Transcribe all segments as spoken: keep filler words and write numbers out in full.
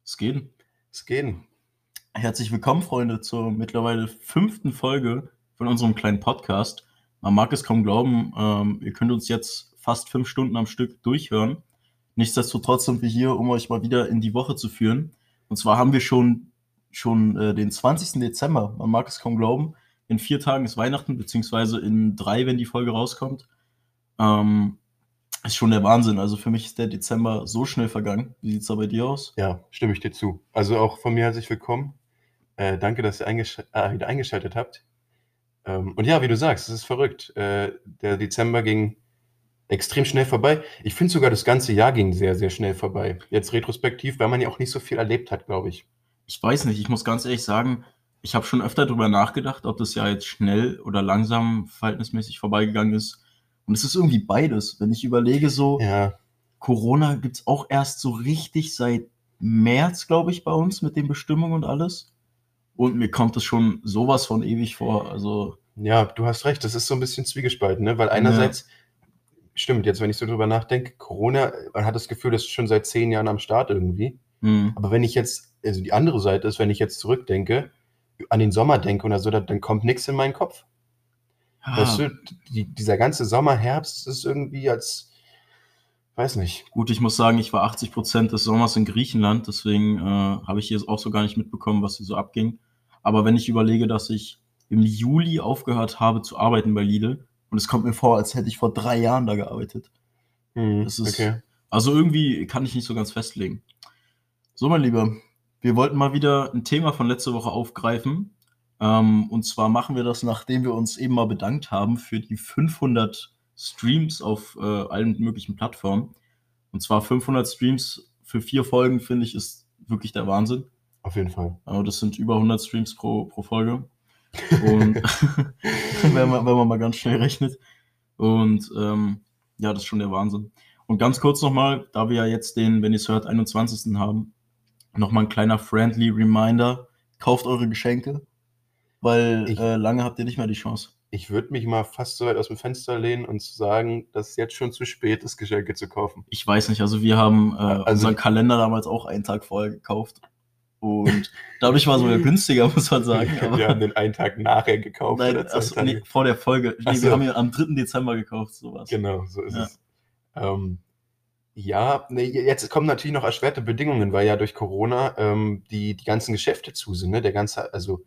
Es geht. Es geht. Herzlich willkommen, Freunde, zur mittlerweile fünften Folge von unserem kleinen Podcast. Man mag es kaum glauben, ähm, ihr könnt uns jetzt fast fünf Stunden am Stück durchhören. Nichtsdestotrotz sind wir hier, um euch mal wieder in die Woche zu führen. Und zwar haben wir schon, schon äh, den zwanzigsten Dezember. Man mag es kaum glauben. In vier Tagen ist Weihnachten, beziehungsweise in drei, wenn die Folge rauskommt. Ähm, ist schon der Wahnsinn. Also für mich ist der Dezember so schnell vergangen. Wie sieht es da bei dir aus? Ja, stimme ich dir zu. Also auch von mir herzlich willkommen. Äh, danke, dass ihr eingesch- äh, wieder eingeschaltet habt. Ähm, und ja, wie du sagst, es ist verrückt. Äh, der Dezember ging extrem schnell vorbei. Ich finde sogar, das ganze Jahr ging sehr, sehr schnell vorbei. Jetzt retrospektiv, weil man ja auch nicht so viel erlebt hat, glaube ich. Ich weiß nicht, ich muss ganz ehrlich sagen, ich habe schon öfter drüber nachgedacht, ob das Jahr jetzt schnell oder langsam verhältnismäßig vorbeigegangen ist. Und es ist irgendwie beides. Wenn ich überlege, so, Ja, Corona gibt's auch erst so richtig seit März, glaube ich, bei uns mit den Bestimmungen und alles. Und mir kommt es schon sowas von ewig vor. Also, ja, du hast recht. Das ist so ein bisschen zwiegespalten, ne? Weil ja, einerseits, stimmt, jetzt, wenn ich so drüber nachdenke, Corona, man hat das Gefühl, das ist schon seit zehn Jahren am Start irgendwie. hm, Aber wenn ich jetzt, also die andere Seite ist, wenn ich jetzt zurückdenke, an den Sommer denke oder so, dann, dann kommt nichts in meinen Kopf. Weißt ja, du, die, dieser ganze Sommer, Herbst ist irgendwie als, weiß nicht. gut, ich muss sagen, ich war achtzig Prozent des Sommers in Griechenland, deswegen äh, habe ich hier auch so gar nicht mitbekommen, was hier so abging. Aber wenn ich überlege, dass ich im Juli aufgehört habe zu arbeiten bei Lidl, und es kommt mir vor, als hätte ich vor drei Jahren da gearbeitet. Hm, Das ist, okay. also irgendwie kann ich nicht so ganz festlegen. So, mein Lieber, wir wollten mal wieder ein Thema von letzter Woche aufgreifen. Ähm, und zwar machen wir das, nachdem wir uns eben mal bedankt haben für die fünfhundert Streams auf äh, allen möglichen Plattformen. Und zwar fünfhundert Streams für vier Folgen, finde ich, ist wirklich der Wahnsinn. Auf jeden Fall. Aber das sind über hundert Streams pro, pro Folge. Und wenn man, wenn man mal ganz schnell rechnet. Und ähm, ja, das ist schon der Wahnsinn. Und ganz kurz nochmal, da wir ja jetzt den, wenn ihr es hört, einundzwanzigsten haben, nochmal ein kleiner friendly Reminder. Kauft eure Geschenke, weil Ich, äh, lange habt ihr nicht mehr die Chance. ich würde mich mal fast so weit aus dem Fenster lehnen und zu sagen, dass es jetzt schon zu spät ist, Geschenke zu kaufen. Ich weiß nicht, also wir haben äh, Also, unseren Kalender damals auch einen Tag vorher gekauft. Und dadurch war es sogar günstiger, muss man sagen. Aber wir haben den einen Tag nachher gekauft nein, oder zwei achso, Tage. nee, vor der Folge. Nee, Ach so. wir haben ihn am dritten Dezember gekauft, sowas. Genau, so ist Ja. es. Ähm, ja, nee, jetzt kommen natürlich noch erschwerte Bedingungen, weil ja durch Corona ähm, die, die ganzen Geschäfte zu sind, ne? Der ganze, also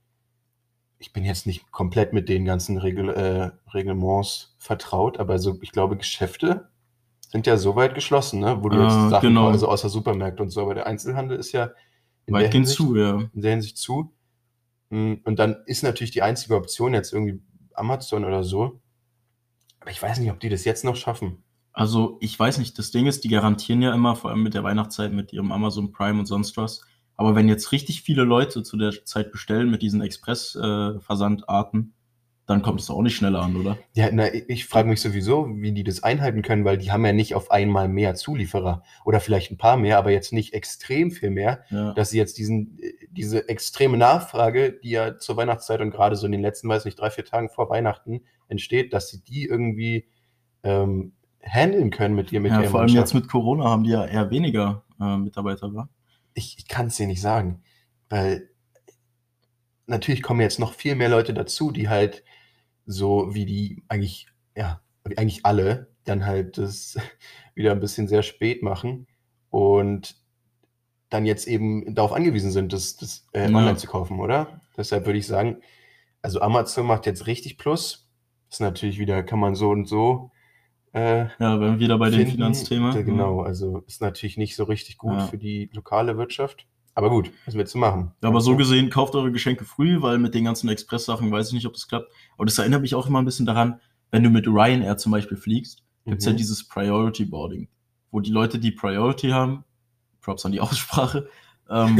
ich bin jetzt nicht komplett mit den ganzen Regel, äh, Reglements vertraut, aber so, ich glaube, Geschäfte sind ja soweit geschlossen, ne? Wo du jetzt Äh, Sachen, genau, also außer Supermärkte und so, aber der Einzelhandel ist ja in der weitgehend Hinsicht, zu, ja. in der Hinsicht zu. Mm, Und dann ist natürlich die einzige Option jetzt irgendwie Amazon oder so. Aber ich weiß nicht, ob die das jetzt noch schaffen. Also ich weiß nicht, das Ding ist, die garantieren ja immer, vor allem mit der Weihnachtszeit, mit ihrem Amazon Prime und sonst was. Aber wenn jetzt richtig viele Leute zu der Zeit bestellen mit diesen Express-Versandarten, dann kommt es auch nicht schneller an, oder? Ja, na, ich ich frage mich sowieso, wie die das einhalten können, weil die haben ja nicht auf einmal mehr Zulieferer oder vielleicht ein paar mehr, aber jetzt nicht extrem viel mehr, Ja. dass sie jetzt diesen, äh, diese extreme Nachfrage, die ja zur Weihnachtszeit und gerade so in den letzten, weiß nicht, drei, vier Tagen vor Weihnachten entsteht, dass sie die irgendwie ähm, handeln können mit dir, mit Ja, der vor allem jetzt Mannschaft. mit Corona haben die ja eher weniger äh, Mitarbeiter, wa? Ich, ich kann es dir nicht sagen, weil natürlich kommen jetzt noch viel mehr Leute dazu, die halt so wie die eigentlich, ja, wie eigentlich alle, dann halt das wieder ein bisschen sehr spät machen und dann jetzt eben darauf angewiesen sind, das, das äh, Ja. online zu kaufen, oder? Deshalb würde ich sagen, also Amazon macht jetzt richtig Plus. Ist natürlich wieder, kann man so und so äh, Ja, wenn wir wieder bei dem finden. Finanzthema. Da, Ja. genau, also ist natürlich nicht so richtig gut Ja. für die lokale Wirtschaft. Aber gut, was willst du machen? Ja, aber Weißt so du? gesehen, kauft eure Geschenke früh, weil mit den ganzen Express-Sachen weiß ich nicht, ob das klappt. Aber das erinnert mich auch immer ein bisschen daran, wenn du mit Ryanair zum Beispiel fliegst, gibt's ja Mhm. dieses Priority Boarding, wo die Leute, die Priority haben, Props an die Aussprache, ähm,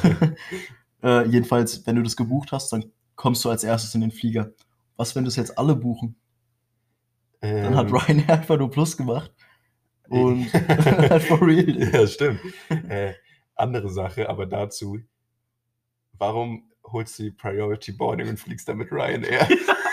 äh, jedenfalls, wenn du das gebucht hast, dann kommst du als erstes in den Flieger. Was, wenn das jetzt alle buchen? Dann hat Ähm, Ryanair einfach nur Plus gemacht und halt for real. Ja, stimmt. Äh, andere Sache, aber dazu, warum holst du die Priority Boarding und fliegst dann mit Ryanair?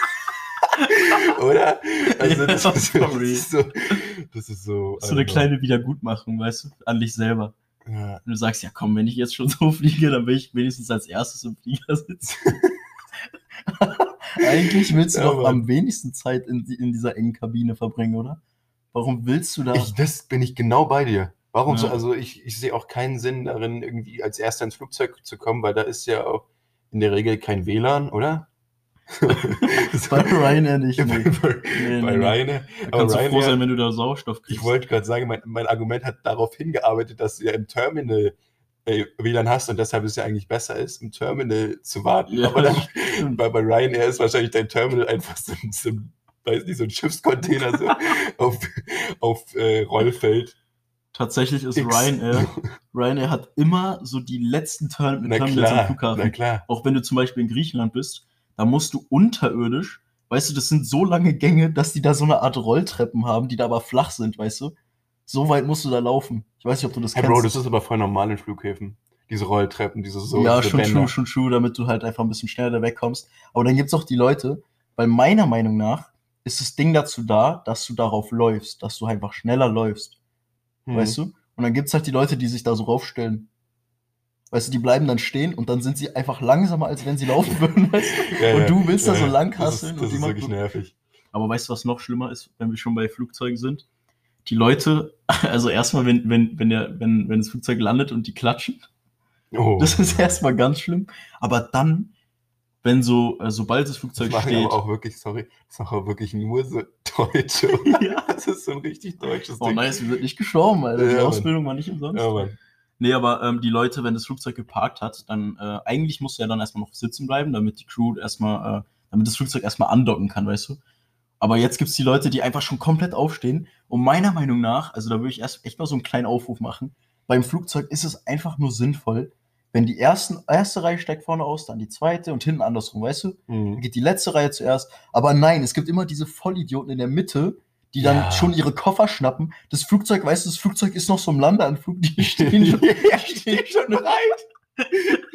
Oder? Also das, Ja, ist, for das real. ist so, das ist so, So eine also, kleine Wiedergutmachung, weißt du, an dich selber. Ja. Und du sagst, ja komm, wenn ich jetzt schon so fliege, dann will ich wenigstens als erstes im Flieger sitzen. Eigentlich willst du Ja, doch Mann. am wenigsten Zeit in, die- in dieser engen Kabine verbringen, oder? Warum willst du da? Ich, das bin ich genau bei dir. Warum so? Ja. Also ich, ich sehe auch keinen Sinn darin, irgendwie als Erster ins Flugzeug zu kommen, weil da ist ja auch in der Regel kein W L A N, oder? Bei Ryanair nicht, bei, nee. bei, Nee, bei nee, nee. Ryanair. Da Aber kannst du froh Ryanair, sein, wenn du da Sauerstoff kriegst. ich wollte gerade sagen, mein, mein Argument hat darauf hingearbeitet, dass du ja im Terminal äh, W L A N hast und deshalb es ja eigentlich besser ist, im Terminal zu warten. Ja, Aber dann, stimmt. bei, bei Ryanair ist wahrscheinlich dein Terminal einfach so, ein- so, ein- weiß nicht, so ein Schiffscontainer so auf, auf äh, Rollfeld. Tatsächlich ist X. Ryanair, Ryanair hat immer so die letzten Term Na Terminals am klar, Flughafen. na klar. Auch wenn du zum Beispiel in Griechenland bist, da musst du unterirdisch, weißt du, das sind so lange Gänge, dass die da so eine Art Rolltreppen haben, die da aber flach sind, weißt du? So weit musst du da laufen. Ich weiß nicht, ob du das Hey kennst. Bro, das ist aber voll normal in Flughäfen. Diese Rolltreppen, diese so Ja, diese schon Bänder. true, schon true, damit du halt einfach ein bisschen schneller da wegkommst. Aber dann gibt's auch die Leute, weil meiner Meinung nach ist das Ding dazu da, dass du darauf läufst, dass du einfach schneller läufst, Hm. weißt du? Und dann gibt's halt die Leute, die sich da so raufstellen. Weißt du, die bleiben dann stehen und dann sind sie einfach langsamer, als wenn sie laufen würden, weißt du? Ja, Und ja, du willst da ja, so ja. lang Das ist, hasseln und das ist jemand. wirklich nervig. Aber weißt du, was noch schlimmer ist, wenn wir schon bei Flugzeugen sind? Die Leute, also erstmal, wenn, wenn, wenn, der, wenn, wenn das Flugzeug landet und die klatschen, Oh. das ist erstmal ganz schlimm. Aber dann, wenn so, äh, sobald das Das Flugzeug machen steht. aber auch wirklich, sorry, das machen aber wirklich nur so Deutsche. Oder? Ja. Das ist so ein richtig deutsches Oh Ding. nice, wir sind nicht gestorben, Alter. Die Ja, Mann. Ausbildung war nicht umsonst. Ja, Mann. Nee, aber ähm, die Leute, wenn das Flugzeug geparkt hat, dann äh, eigentlich muss ja dann erstmal noch sitzen bleiben, damit die Crew erstmal, äh, damit das Flugzeug erstmal andocken kann, weißt du? Aber jetzt gibt's die Leute, die einfach schon komplett aufstehen. Und meiner Meinung nach, also da würde ich erst echt mal so einen kleinen Aufruf machen. Beim Flugzeug ist es einfach nur sinnvoll, wenn die ersten, erste Reihe steigt vorne aus, dann die zweite und hinten andersrum, weißt du? Dann Mhm. geht die letzte Reihe zuerst. Aber nein, es gibt immer diese Vollidioten in der Mitte, die dann Ja. schon ihre Koffer schnappen. Das Flugzeug, weißt du, das Flugzeug ist noch so im Landeanflug, die stehen schon, Ja, steht schon bereit.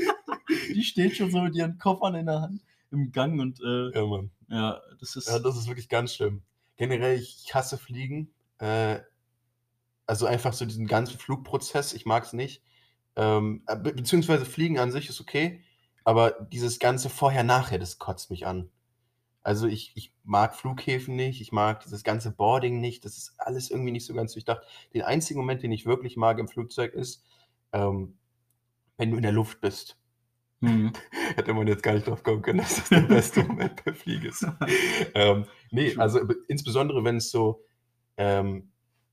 die stehen schon so mit ihren Koffern in der Hand im Gang und äh, Ja, Mann. ja, das ist. Ja, das ist wirklich ganz schlimm. Generell, ich hasse Fliegen. Äh, also einfach so diesen ganzen Flugprozess, ich mag es nicht. Ähm, äh, be beziehungsweise Fliegen an sich ist okay, aber dieses ganze Vorher-Nachher, das kotzt mich an. Also ich, ich mag Flughäfen nicht, ich mag dieses ganze Boarding nicht, das ist alles irgendwie nicht so ganz durchdacht. Den einzigen Moment, den ich wirklich mag im Flugzeug ist, ähm, wenn du in der Luft bist. Mhm. Hätte man jetzt gar nicht drauf kommen können, dass das der beste Moment bei Fliegen ist. ähm, nee, True. also be- insbesondere wenn es so, ähm,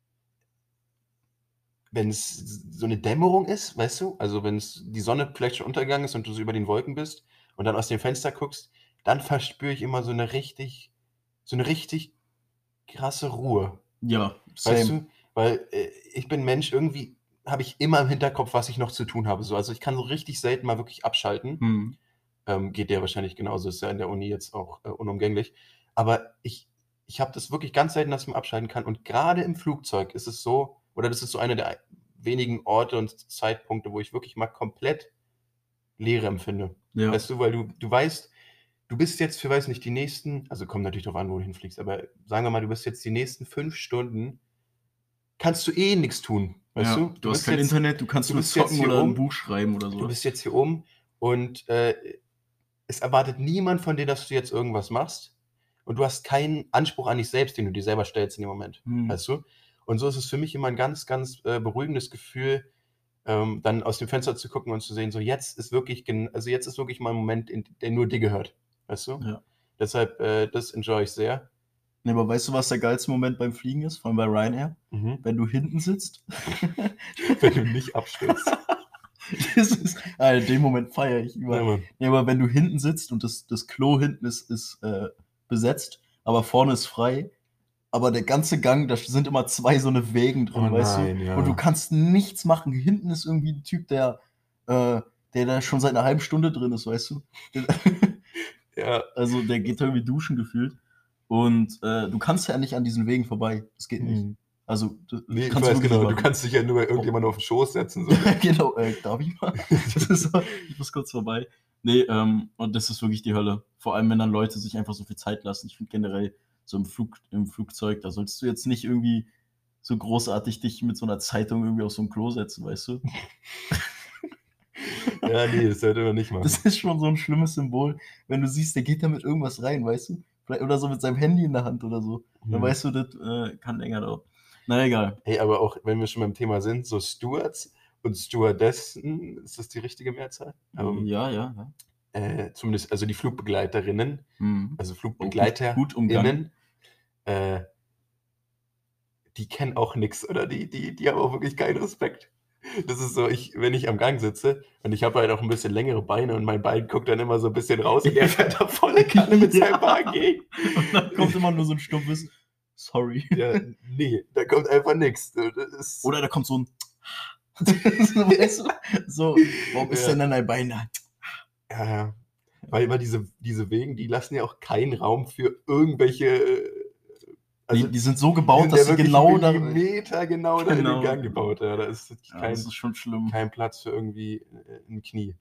wenn es so eine Dämmerung ist, weißt du, also wenn es die Sonne vielleicht schon untergegangen ist und du so über den Wolken bist und dann aus dem Fenster guckst, dann verspüre ich immer so eine richtig, so eine richtig krasse Ruhe. Ja, Weißt same. du? Weil äh, ich bin Mensch, irgendwie habe ich immer im Hinterkopf, was ich noch zu tun habe. So. Also ich kann so richtig selten mal wirklich abschalten. Mhm. Ähm, geht dir wahrscheinlich genauso, ist ja in der Uni jetzt auch äh, unumgänglich. Aber ich, ich habe das wirklich ganz selten, dass ich mal abschalten kann. Und gerade im Flugzeug ist es so, oder das ist so einer der wenigen Orte und Zeitpunkte, wo ich wirklich mal komplett Leere empfinde. Ja. Weißt du, weil du, du weißt, du bist jetzt für, weiß nicht, die nächsten, also kommt natürlich darauf an, wo du hinfliegst, aber sagen wir mal, du bist jetzt die nächsten fünf Stunden, kannst du eh nichts tun, weißt ja. du? Du, hast bist kein jetzt, Internet, du kannst du nur bist jetzt zocken hier oder ein oben, Buch schreiben oder du so. bist jetzt hier oben und äh, es erwartet niemand von dir, dass du jetzt irgendwas machst und du hast keinen Anspruch an dich selbst, den du dir selber stellst in dem Moment, Hm. weißt du? Und so ist es für mich immer ein ganz, ganz äh, beruhigendes Gefühl, ähm, dann aus dem Fenster zu gucken und zu sehen, so jetzt ist wirklich, gen- also jetzt ist wirklich mal ein Moment, in, der nur dir gehört, weißt du? Ja. Deshalb, äh, das enjoy ich sehr. Nee, aber weißt du, was der geilste Moment beim Fliegen ist? Vor allem bei Ryanair? Mhm. Wenn du hinten sitzt. Wenn du nicht abstürzt. Das ist, Alter, den Moment feiere ich immer. Ja, Mann. Nee, aber wenn du hinten sitzt und das, das Klo hinten ist, ist äh, besetzt, aber vorne ist frei, aber der ganze Gang, da sind immer zwei so eine Wägen drin, Oh weißt nein, du? ja. Und du kannst nichts machen. Hinten ist irgendwie ein Typ, der, äh, der da schon seit einer halben Stunde drin ist, weißt du? Ja. Also der geht da irgendwie duschen gefühlt. Und äh, du kannst ja nicht an diesen Wegen vorbei. Das geht nicht. Hm. Also, du, Nee, ich kannst weiß wirklich genau, nicht du machen. kannst dich ja nur bei irgendjemandem auf den Schoß setzen. So. Genau, äh, darf ich mal? Das ist so, ich muss kurz vorbei. Nee, ähm, und das ist wirklich die Hölle. Vor allem, wenn dann Leute sich einfach so viel Zeit lassen. Ich finde generell, so im, Flug, im Flugzeug, da solltest du jetzt nicht irgendwie so großartig dich mit so einer Zeitung irgendwie auf so ein Klo setzen, weißt du? Ja, nee, das sollte man nicht machen. Das ist schon so ein schlimmes Symbol, wenn du siehst, der geht da mit irgendwas rein, weißt du? Vielleicht- Oder so mit seinem Handy in der Hand oder so. Dann Hm. weißt du, das äh, kann länger dauern. Na egal. Hey, aber auch wenn wir schon beim Thema sind, so Stewards und Stewardessen, ist das die richtige Mehrzahl? Ähm, Ja, ja, ja. äh, zumindest, also die Flugbegleiterinnen, Hm. also Oh, gut, FlugbegleiterInnen, gut umgangen. äh, die kennen auch nichts oder die, die, die haben auch wirklich keinen Respekt. Das ist so, ich, wenn ich am Gang sitze und ich habe halt auch ein bisschen längere Beine und mein Bein guckt dann immer so ein bisschen raus und der fährt da volle Kanne mit seinem Wagen gegen. Und dann kommt immer nur so ein stumpfes Sorry. Ja, nee, da kommt einfach nichts. Oder da kommt so ein so, weißt du? So, warum ist Ja. denn dann dein Bein da? Ja, ja. Weil immer diese, diese Wegen, die lassen ja auch keinen Raum für irgendwelche. äh, Also, die, die sind so die gebaut, sind dass ja sie wirklich genau da. Millimeter genau da in den Genau. Gang gebaut. Ja, da ist wirklich Ja, kein, das ist schon schlimm. kein Platz für irgendwie äh, ein Knie.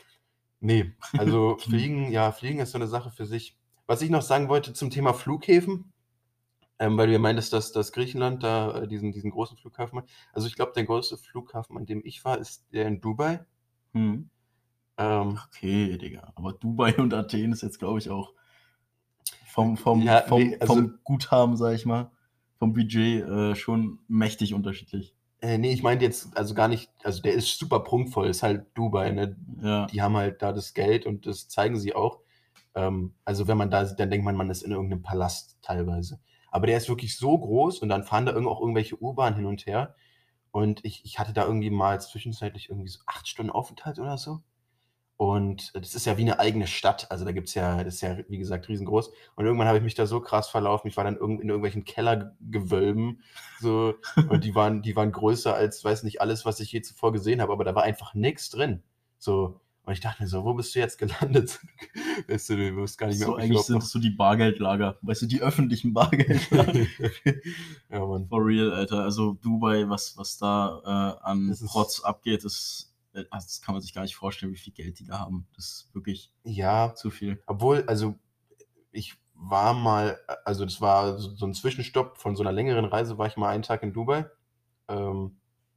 Nee, also Knie. Fliegen, ja, Fliegen ist so eine Sache für sich. Was ich noch sagen wollte zum Thema Flughäfen, ähm, weil du ja meintest, dass, dass Griechenland da äh, diesen, diesen großen Flughafen hat. Also ich glaube, der größte Flughafen, an dem ich war, ist der in Dubai. Hm. Ähm, Okay, Digga. Aber Dubai und Athen ist jetzt, glaube ich, auch vom, vom, Ja, vom, nee, also- vom Guthaben, sag ich mal, vom Budget äh, schon mächtig unterschiedlich. Äh, nee, ich meinte jetzt also gar nicht, also der ist super prunkvoll, ist halt Dubai, ne? Ja. Die haben halt da das Geld und das zeigen sie auch. Ähm, also wenn man da sieht, dann denkt man, man ist in irgendeinem Palast teilweise. Aber der ist wirklich so groß und dann fahren da irgend auch irgendwelche U-Bahnen hin und her. Und ich, ich hatte da irgendwie mal zwischenzeitlich irgendwie so acht Stunden Aufenthalt oder so. Und das ist ja wie eine eigene Stadt. Also da gibt es ja, das ist ja, wie gesagt, riesengroß. Und irgendwann habe ich mich da so krass verlaufen. Ich war dann irgend in irgendwelchen Kellergewölben. So, und die waren, die waren größer als, weiß nicht, alles, was ich je zuvor gesehen habe. Aber da war einfach nichts drin. So, und ich dachte mir so, wo bist du jetzt gelandet? Weißt du, du wirst gar nicht mehr, So, ob ich eigentlich überhaupt sind noch. es so die Bargeldlager. Weißt du, die öffentlichen Bargeldlager. Ja, Mann. For real, Alter. Also Dubai, was, was da äh, an Das ist- Protz abgeht, ist, äh, das kann man sich gar nicht vorstellen, wie viel Geld die da haben. Das ist wirklich Ja, zu viel. obwohl, also ich war mal, also das war so so ein Zwischenstopp von so einer längeren Reise, war ich mal einen Tag in Dubai. Ähm,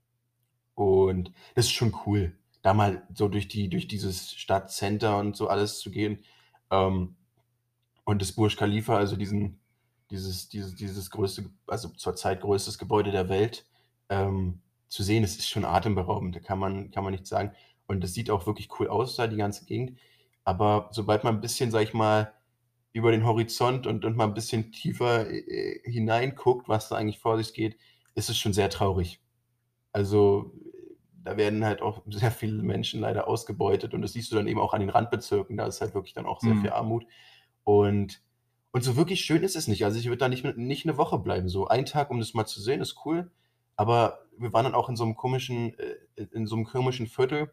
und das ist schon cool, da mal so durch die, durch dieses Stadtcenter und so alles zu gehen. Ähm, und das Burj Khalifa, also diesen, dieses, dieses, dieses größte, also zurzeit größtes Gebäude der Welt, ähm, zu sehen, das ist schon atemberaubend, da kann man, kann man nichts sagen. Und das sieht auch wirklich cool aus da, die ganze Gegend. Aber sobald man ein bisschen, sag ich mal, über den Horizont und, und mal ein bisschen tiefer äh, hineinguckt, was da eigentlich vor sich geht, ist es schon sehr traurig. Also da werden halt auch sehr viele Menschen leider ausgebeutet und das siehst du dann eben auch an den Randbezirken, da ist halt wirklich dann auch sehr Mhm. viel Armut. Und, und so wirklich schön ist es nicht. Also ich würde da nicht, nicht eine Woche bleiben. So ein Tag, um das mal zu sehen, ist cool. Aber wir waren dann auch in so einem komischen, äh, in so einem komischen Viertel.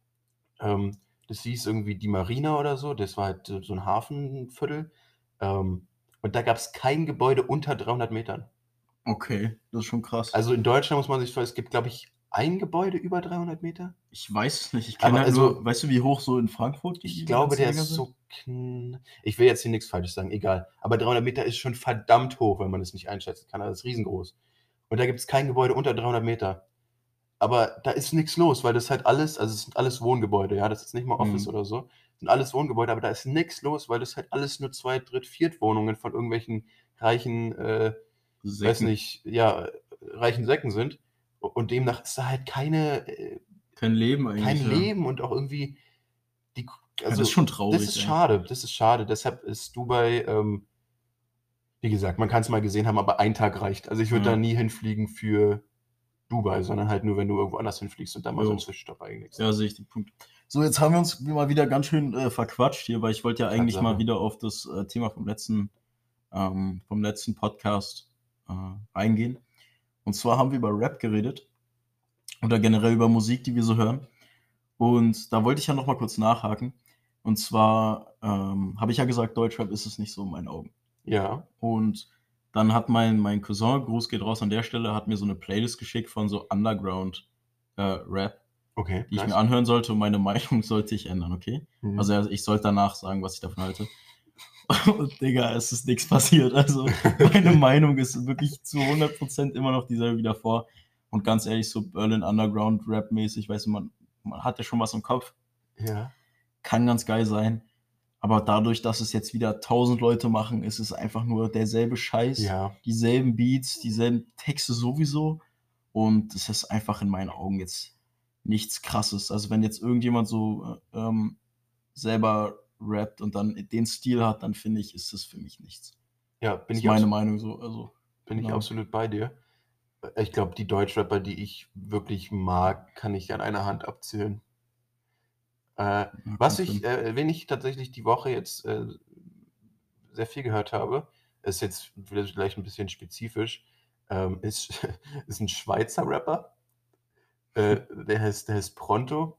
Ähm, das hieß irgendwie die Marina oder so. Das war halt so so ein Hafenviertel. Ähm, und da gab es kein Gebäude unter dreihundert Metern. Okay, das ist schon krass. Also in Deutschland muss man sich vorstellen, es gibt, glaube ich, ein Gebäude über dreihundert Meter. Ich weiß es nicht. Ich Aber kenne halt also- nur, weißt du, wie hoch so in Frankfurt die Ich die glaube, ganzen der Dinger ist sind? so kn ich will jetzt hier nichts Falsches sagen, egal. Aber dreihundert Meter ist schon verdammt hoch, wenn man es nicht einschätzen kann. Also, das ist riesengroß. Und da gibt es kein Gebäude unter dreihundert Meter. Aber da ist nichts los, weil das halt alles, also es sind alles Wohngebäude, ja, das ist nicht mal Office Mhm. oder so. Das sind alles Wohngebäude, aber da ist nichts los, weil das halt alles nur Zweit-, Dritt-, Viertwohnungen von irgendwelchen reichen, äh, weiß Säcken. nicht, ja, reichen Säcken sind. Und demnach ist da halt keine, äh, Kein Leben eigentlich. kein ja. Leben und auch irgendwie die, Ja, also das ist schon traurig. das ist ey. schade, das ist schade. Deshalb ist Dubai, ähm, wie gesagt, man kann es mal gesehen haben, aber ein Tag reicht. Also ich würde Ja. da nie hinfliegen für Dubai, sondern halt nur, wenn du irgendwo anders hinfliegst und dann mal so Jo. einen Zwischenstopp einlegst. Ja, sehe ich den Punkt. So, jetzt haben wir uns mal wieder ganz schön äh, verquatscht hier, weil ich wollte ja eigentlich Tatsache. mal wieder auf das äh, Thema vom letzten, ähm, vom letzten Podcast äh, eingehen. Und zwar haben wir über Rap geredet oder generell über Musik, die wir so hören. Und da wollte ich ja noch mal kurz nachhaken. Und zwar ähm, habe ich ja gesagt, Deutschrap ist es nicht so in meinen Augen. Ja, Und dann hat mein, mein Cousin, Gruß geht raus an der Stelle, hat mir so eine Playlist geschickt von so Underground-Rap, okay. die ich nice. mir anhören sollte und meine Meinung sollte ich ändern, okay? Mhm. Also ich sollte danach sagen, was ich davon halte. Und Digga, es ist nichts passiert. Also meine Meinung ist wirklich zu hundert Prozent immer noch dieselbe wie davor. Und ganz ehrlich, so Berlin Underground Rap-mäßig, weißt du, man, man hat ja schon was im Kopf. Ja. Kann ganz geil sein. Aber dadurch, dass es jetzt wieder tausend Leute machen, ist es einfach nur derselbe Scheiß. Ja. Dieselben Beats, dieselben Texte sowieso. Und es ist einfach in meinen Augen jetzt nichts Krasses. Also wenn jetzt irgendjemand so ähm, selber rappt und dann den Stil hat, dann finde ich, ist das für mich nichts. Ja, bin Das ich ist meine abs- Meinung so. Also, Bin ich genau. absolut bei dir. Ich glaube, die Deutschrapper, die ich wirklich mag, kann ich an einer Hand abzählen. Äh, Ja, was kein ich, Film. äh, wen ich tatsächlich die Woche jetzt äh, sehr viel gehört habe, ist jetzt vielleicht ein bisschen spezifisch, ähm, ist, ist ein Schweizer Rapper. Äh, der heißt, der heißt Pronto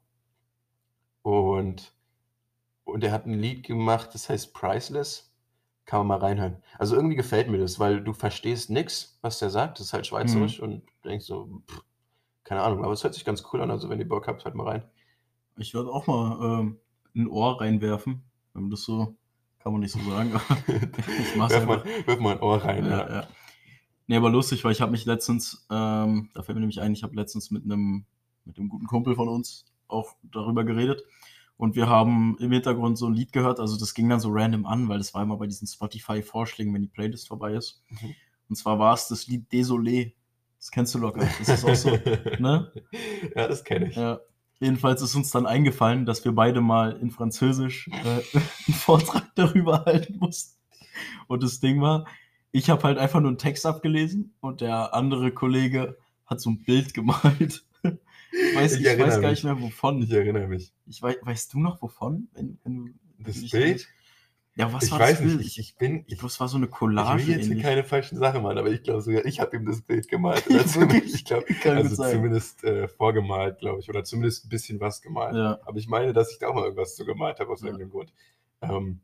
und, und der hat ein Lied gemacht, das heißt Priceless. Kann man mal reinhören. Also irgendwie gefällt mir das, weil du verstehst nix, was der sagt. Das ist halt schweizerisch Mhm. und du denkst so, pff, keine Ahnung, aber es hört sich ganz cool an. Also wenn ihr Bock habt, hört mal rein. Ich würde auch mal ähm, ein Ohr reinwerfen. Wenn das so, kann man nicht so sagen. aber ich mach's Wirf mal, einfach. wirf mal ein Ohr rein, Ja, ja. ja. Nee, aber lustig, weil ich habe mich letztens, ähm, da fällt mir nämlich ein, ich habe letztens mit einem mit einem guten Kumpel von uns auch darüber geredet. Und wir haben im Hintergrund so ein Lied gehört. Also das ging dann so random an, weil das war immer bei diesen Spotify-Vorschlägen, wenn die Playlist vorbei ist. Mhm. Und zwar war es das Lied Désolé. Das kennst du locker. Das ist auch so, ne? Ja, das kenne ich. Ja. Jedenfalls ist uns dann eingefallen, dass wir beide mal in Französisch äh, einen Vortrag darüber halten mussten. Und das Ding war, ich habe halt einfach nur einen Text abgelesen und der andere Kollege hat so ein Bild gemalt. Ich weiß, Ich ich weiß erinnere gar mich. nicht mehr wovon. Ich erinnere mich. Ich wei weißt du noch wovon? Wenn, wenn du, wenn du Das dich Bild? erinnerst? Ja, was Ich war das weiß nicht, Bild? ich, ich bin, Ich ich, glaube, es war so eine ich will Collage jetzt hier ähnlich. keine falschen Sachen machen, aber ich glaube sogar, ich habe ihm das Bild gemalt. Ja, Oder zumindest, wirklich? ich glaube, Kann gut also sein. zumindest äh, vorgemalt, glaube ich, oder zumindest ein bisschen was gemalt. Ja. Aber ich meine, dass ich da auch mal irgendwas zu gemalt habe aus Ja. irgendeinem Grund. Ähm,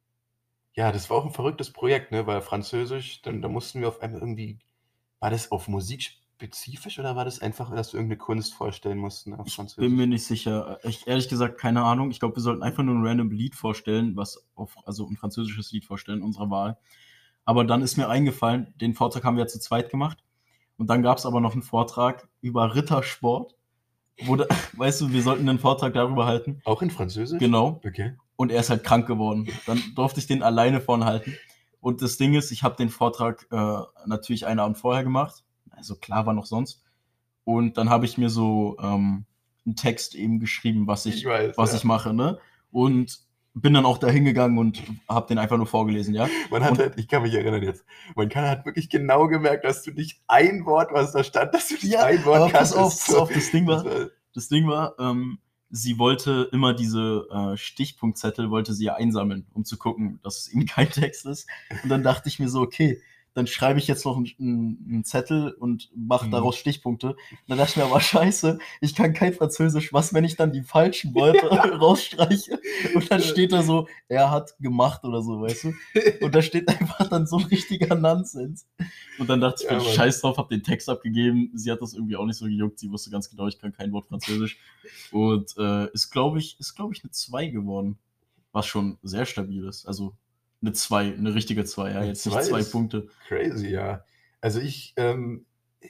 ja, das war auch ein verrücktes Projekt, ne, weil Französisch, dann, da mussten wir auf einmal irgendwie, war das auf Musik spezifisch oder war das einfach, dass wir irgendeine Kunst vorstellen mussten auf Ich bin mir Französisch? nicht sicher. Ich, ehrlich gesagt, keine Ahnung. Ich glaube, wir sollten einfach nur ein random Lied vorstellen, was auf, also ein französisches Lied vorstellen, unserer Wahl. Aber dann ist mir eingefallen, den Vortrag haben wir ja zu zweit gemacht. Und dann gab es aber noch einen Vortrag über Rittersport. Wo da, weißt du, wir sollten einen Vortrag darüber halten. Auch in Französisch? Genau. Okay. Und er ist halt krank geworden. Dann durfte ich den alleine vorne halten. Und das Ding ist, ich habe den Vortrag äh, natürlich einen Abend vorher gemacht. Also klar war noch sonst. Und dann habe ich mir so ähm, einen Text eben geschrieben, was ich, Ich weiß, was ja. ich mache, ne? Und bin dann auch da hingegangen und habe den einfach nur vorgelesen, ja? Man hat Und- halt, ich kann mich erinnern jetzt, man kann halt wirklich genau gemerkt, dass du nicht ein Wort, was da stand, dass du nicht Ja, ein Wort aber pass kanntest. auf, pass auf, das Ding Das war, war, das Ding war, ähm, sie wollte immer diese äh, Stichpunktzettel, wollte sie ja einsammeln, um zu gucken, dass es eben kein Text ist. Und dann dachte ich mir so, okay, dann schreibe ich jetzt noch einen, einen Zettel und mache Mhm. daraus Stichpunkte. Und dann dachte ich mir aber, scheiße, ich kann kein Französisch. Was, wenn ich dann die falschen Wörter rausstreiche? Und dann steht da so, er hat gemacht oder so, weißt du? Und da steht einfach dann so ein richtiger Nonsens. Und dann dachte ich Ja, mir, Mann. scheiß drauf, hab den Text abgegeben. Sie hat das irgendwie auch nicht so gejuckt. Sie wusste ganz genau, ich kann kein Wort Französisch. Und äh, ist, glaube ich, ist, glaube ich, eine zwei geworden. Was schon sehr stabil ist. Also eine zwei, eine richtige zwei, ja, Eine jetzt zwei nicht zwei ist Punkte. crazy, ja. Also ich, ähm,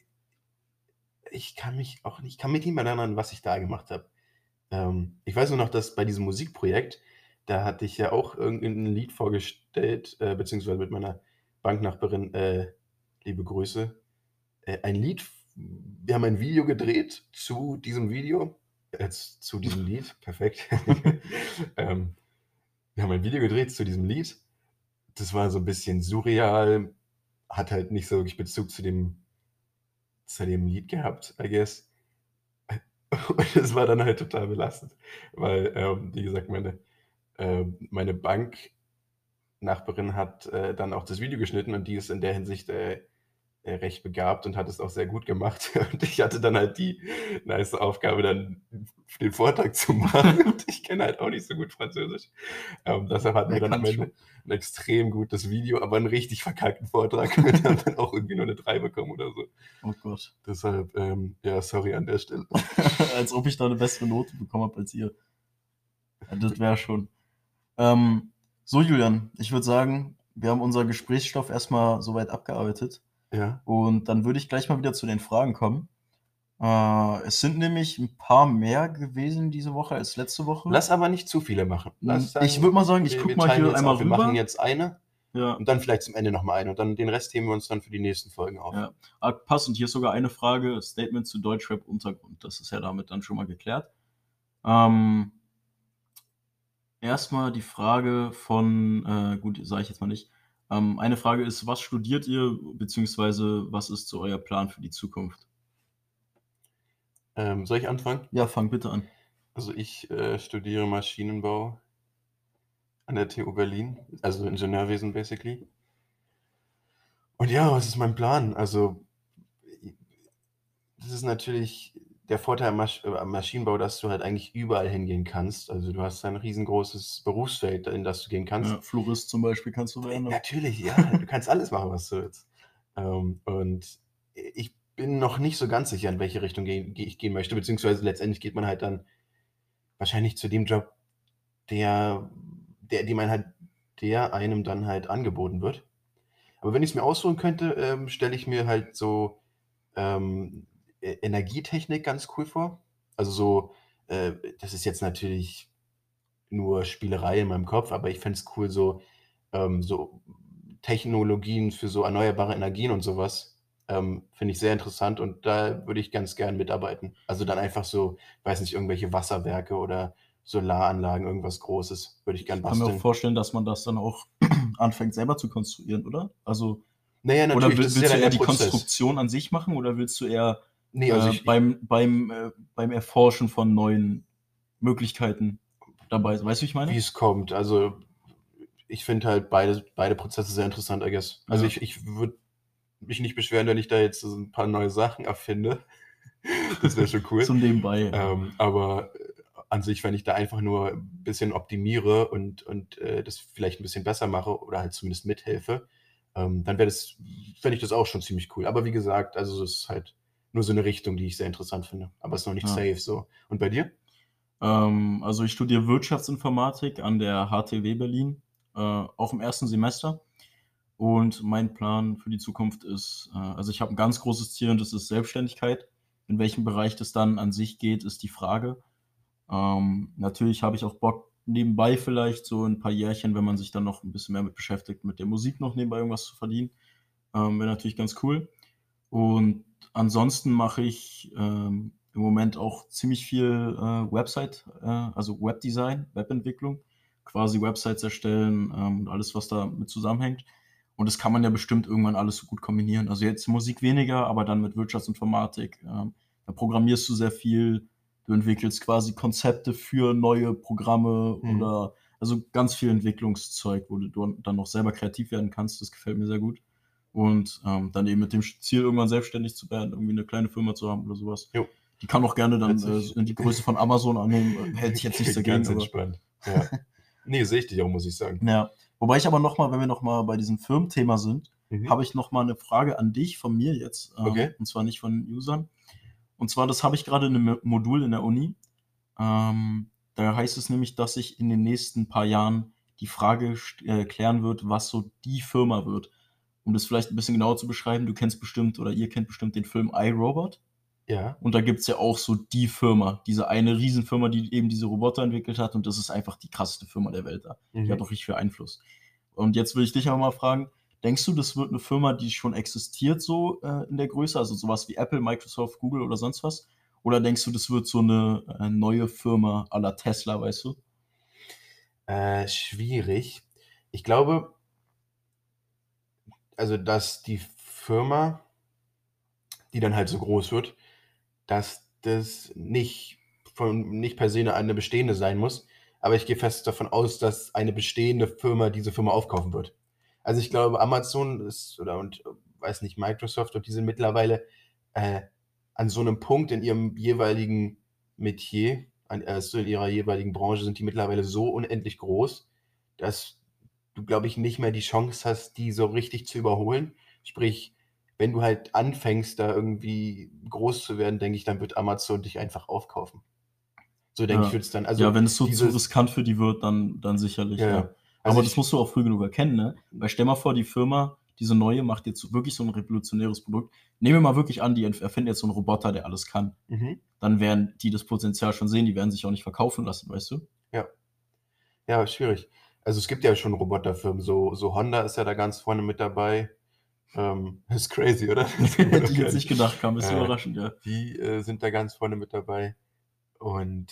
ich kann mich auch nicht, ich kann mich nicht mehr erinnern, was ich da gemacht habe. Ähm, ich weiß nur noch, dass bei diesem Musikprojekt, da hatte ich ja auch irgendein Lied vorgestellt, äh, beziehungsweise mit meiner Banknachbarin, äh, liebe Grüße, äh, ein Lied, wir haben ein Video gedreht zu diesem Video, jetzt zu diesem Lied, perfekt. ähm, wir haben ein Video gedreht zu diesem Lied. Das war so ein bisschen surreal, hat halt nicht so wirklich Bezug zu dem, zu dem Lied gehabt, I guess. Und es war dann halt total belastend, weil, ähm, wie gesagt, meine, ähm, meine Banknachbarin hat äh, dann auch das Video geschnitten und die ist in der Hinsicht äh, äh, recht begabt und hat es auch sehr gut gemacht. Und ich hatte dann halt die nice Aufgabe, dann den Vortrag zu machen. Und ich kenne halt auch nicht so gut Französisch. Ähm, deshalb hatten wir Wer dann am kann Ende schon? ein extrem gutes Video, aber einen richtig verkackten Vortrag. Und haben dann auch irgendwie nur eine drei bekommen oder so. Oh Gott. Deshalb, ähm, ja, sorry an der Stelle. Als ob ich da eine bessere Note bekommen habe als ihr. Ja, das wäre schon. Ähm, So, Julian, ich würde sagen, wir haben unser Gesprächsstoff erstmal soweit abgearbeitet Ja. und dann würde ich gleich mal wieder zu den Fragen kommen. Äh, es sind nämlich ein paar mehr gewesen diese Woche als letzte Woche. Lass aber nicht zu viele machen. Lass Hm, ich sagen, würde mal sagen, ich wir, guck wir mal teilen hier jetzt einmal auf. Wir machen rüber. jetzt eine Ja, und dann vielleicht zum Ende nochmal eine. Und dann den Rest heben wir uns dann für die nächsten Folgen auf. ja. Ah, passend, hier ist sogar eine Frage, Statement zu Deutschrap-Untergrund. Das ist ja damit dann schon mal geklärt. Ähm, Erstmal die Frage von, äh, gut, sage ich jetzt mal nicht. Ähm, eine Frage ist, was studiert ihr, beziehungsweise was ist so euer Plan für die Zukunft? Ähm, soll ich anfangen? Ja, fang bitte an. Also ich äh, studiere Maschinenbau an der T U Berlin, also Ingenieurwesen basically. Und ja, was ist mein Plan? Also das ist natürlich der Vorteil am, Masch äh, am Maschinenbau, dass du halt eigentlich überall hingehen kannst. Also du hast ein riesengroßes Berufsfeld, in das du gehen kannst. Ja, Florist zum Beispiel kannst du Äh, werden. Natürlich, ja, du kannst alles machen, was du willst. Ähm, und ich bin noch nicht so ganz sicher, in welche Richtung gehen, ge- ich gehen möchte, beziehungsweise letztendlich geht man halt dann wahrscheinlich zu dem Job, der, der, dem man halt, der einem dann halt angeboten wird. Aber wenn ich es mir aussuchen könnte, ähm, stelle ich mir halt so ähm, E- Energietechnik ganz cool vor. Also so, äh, das ist jetzt natürlich nur Spielerei in meinem Kopf, aber ich fände es cool, so, ähm, so Technologien für so erneuerbare Energien und sowas. Ähm, finde ich sehr interessant und da würde ich ganz gern mitarbeiten. Also dann einfach so, weiß nicht, irgendwelche Wasserwerke oder Solaranlagen, irgendwas Großes, würde ich gern Ich kann mir auch basteln. vorstellen, dass man das dann auch anfängt selber zu konstruieren, oder? Also, Naja, oder natürlich, das will, ist ja willst du dann eher der die Prozess. Konstruktion an sich machen oder willst du eher Nee, also äh, ich, ich beim, beim, äh, beim Erforschen von neuen Möglichkeiten dabei sein? Weißt du, wie ich wie meine? es kommt. Also ich finde halt beide, beide Prozesse sehr interessant, I guess. Also Ja. ich, ich würde mich nicht beschweren, wenn ich da jetzt so ein paar neue Sachen erfinde. Das wäre schon cool. So nebenbei, ja. Ähm, aber äh, an sich, wenn ich da einfach nur ein bisschen optimiere und, und äh, das vielleicht ein bisschen besser mache oder halt zumindest mithelfe, ähm, dann wäre das, fände ich das auch schon ziemlich cool. Aber wie gesagt, also es ist halt nur so eine Richtung, die ich sehr interessant finde. Aber es ist noch nicht Ja. safe so. Und bei dir? Ähm, also ich studiere Wirtschaftsinformatik an der H T W Berlin, äh, auch im ersten Semester. Und mein Plan für die Zukunft ist, äh, also ich habe ein ganz großes Ziel und das ist Selbstständigkeit. In welchem Bereich das dann an sich geht, ist die Frage. Ähm, natürlich habe ich auch Bock, nebenbei vielleicht so ein paar Jährchen, wenn man sich dann noch ein bisschen mehr mit beschäftigt, mit der Musik noch nebenbei irgendwas zu verdienen. Ähm, Wäre natürlich ganz cool. Und ansonsten mache ich ähm, im Moment auch ziemlich viel äh, Website, äh, also Webdesign, Webentwicklung, quasi Websites erstellen ähm, und alles, was da mit zusammenhängt. Und das kann man ja bestimmt irgendwann alles so gut kombinieren. Also jetzt Musik weniger, aber dann mit Wirtschaftsinformatik. Ähm, da programmierst du sehr viel, du entwickelst quasi Konzepte für neue Programme Hm. oder also ganz viel Entwicklungszeug, wo du dann noch selber kreativ werden kannst. Das gefällt mir sehr gut. Und ähm, dann eben mit dem Ziel, irgendwann selbstständig zu werden, irgendwie eine kleine Firma zu haben oder sowas. Jo, Die kann auch gerne dann hört äh, sich in die Größe von Amazon annehmen. Äh, Hätte ich jetzt nichts dagegen, ganz aber entspannt. Ja. Nee, sehe ich dich auch, muss ich sagen. ja. Wobei ich aber noch mal, wenn wir noch mal bei diesem Firmenthema sind, Mhm. habe ich noch mal eine Frage an dich von mir jetzt, ähm, Okay. und zwar nicht von Usern. Und zwar, das habe ich gerade in einem Modul in der Uni. Ähm, da heißt es nämlich, dass sich in den nächsten paar Jahren die Frage st- äh, klären wird, was so die Firma wird. Um das vielleicht ein bisschen genauer zu beschreiben, du kennst bestimmt oder ihr kennt bestimmt den Film iRobot. Ja. Und da gibt es ja auch so die Firma, diese eine Riesenfirma, die eben diese Roboter entwickelt hat. Und das ist einfach die krasseste Firma der Welt da. Die hat Mhm. auch richtig viel Einfluss. Und jetzt will ich dich aber mal fragen, denkst du, das wird eine Firma, die schon existiert so äh, in der Größe, also sowas wie Apple, Microsoft, Google oder sonst was? Oder denkst du, das wird so eine äh, neue Firma à la Tesla, weißt du? Äh, schwierig. Ich glaube, also dass die Firma, die dann halt so groß wird, dass das nicht von nicht per se 'ne eine bestehende sein muss, aber ich gehe fest davon aus, dass eine bestehende Firma diese Firma aufkaufen wird. Also, ich glaube, Amazon ist oder und, äh, weiß nicht, Microsoft und die sind mittlerweile, äh, an so 'nem Punkt in ihrem jeweiligen Metier, an äh, so in ihrer jeweiligen Branche sind die mittlerweile so unendlich groß, dass du, glaube ich, nicht mehr die Chance hast, die so richtig zu überholen. Sprich, wenn du halt anfängst, da irgendwie groß zu werden, denke ich, dann wird Amazon dich einfach aufkaufen. So denke ich, Ja. wird's dann also Ja, wenn es so zu dieses riskant für die wird, dann, dann sicherlich, ja, ja. ja. Also Aber das ich, musst du auch früh genug erkennen, ne? Weil stell mal vor, die Firma, diese neue, macht jetzt wirklich so ein revolutionäres Produkt. Nehmen wir mal wirklich an, die entf- erfinden jetzt so einen Roboter, der alles kann. mhm, Dann werden die das Potenzial schon sehen, die werden sich auch nicht verkaufen lassen, weißt du? ja, ja, schwierig. Also es gibt ja schon Roboterfirmen, so, so Honda ist ja da ganz vorne mit dabei. Ähm, ist crazy, oder? Das kann man Hätte doch ich gar jetzt nicht nicht. gedacht, kam ein bisschen Äh, überraschend, ja. die äh, sind da ganz vorne mit dabei. Und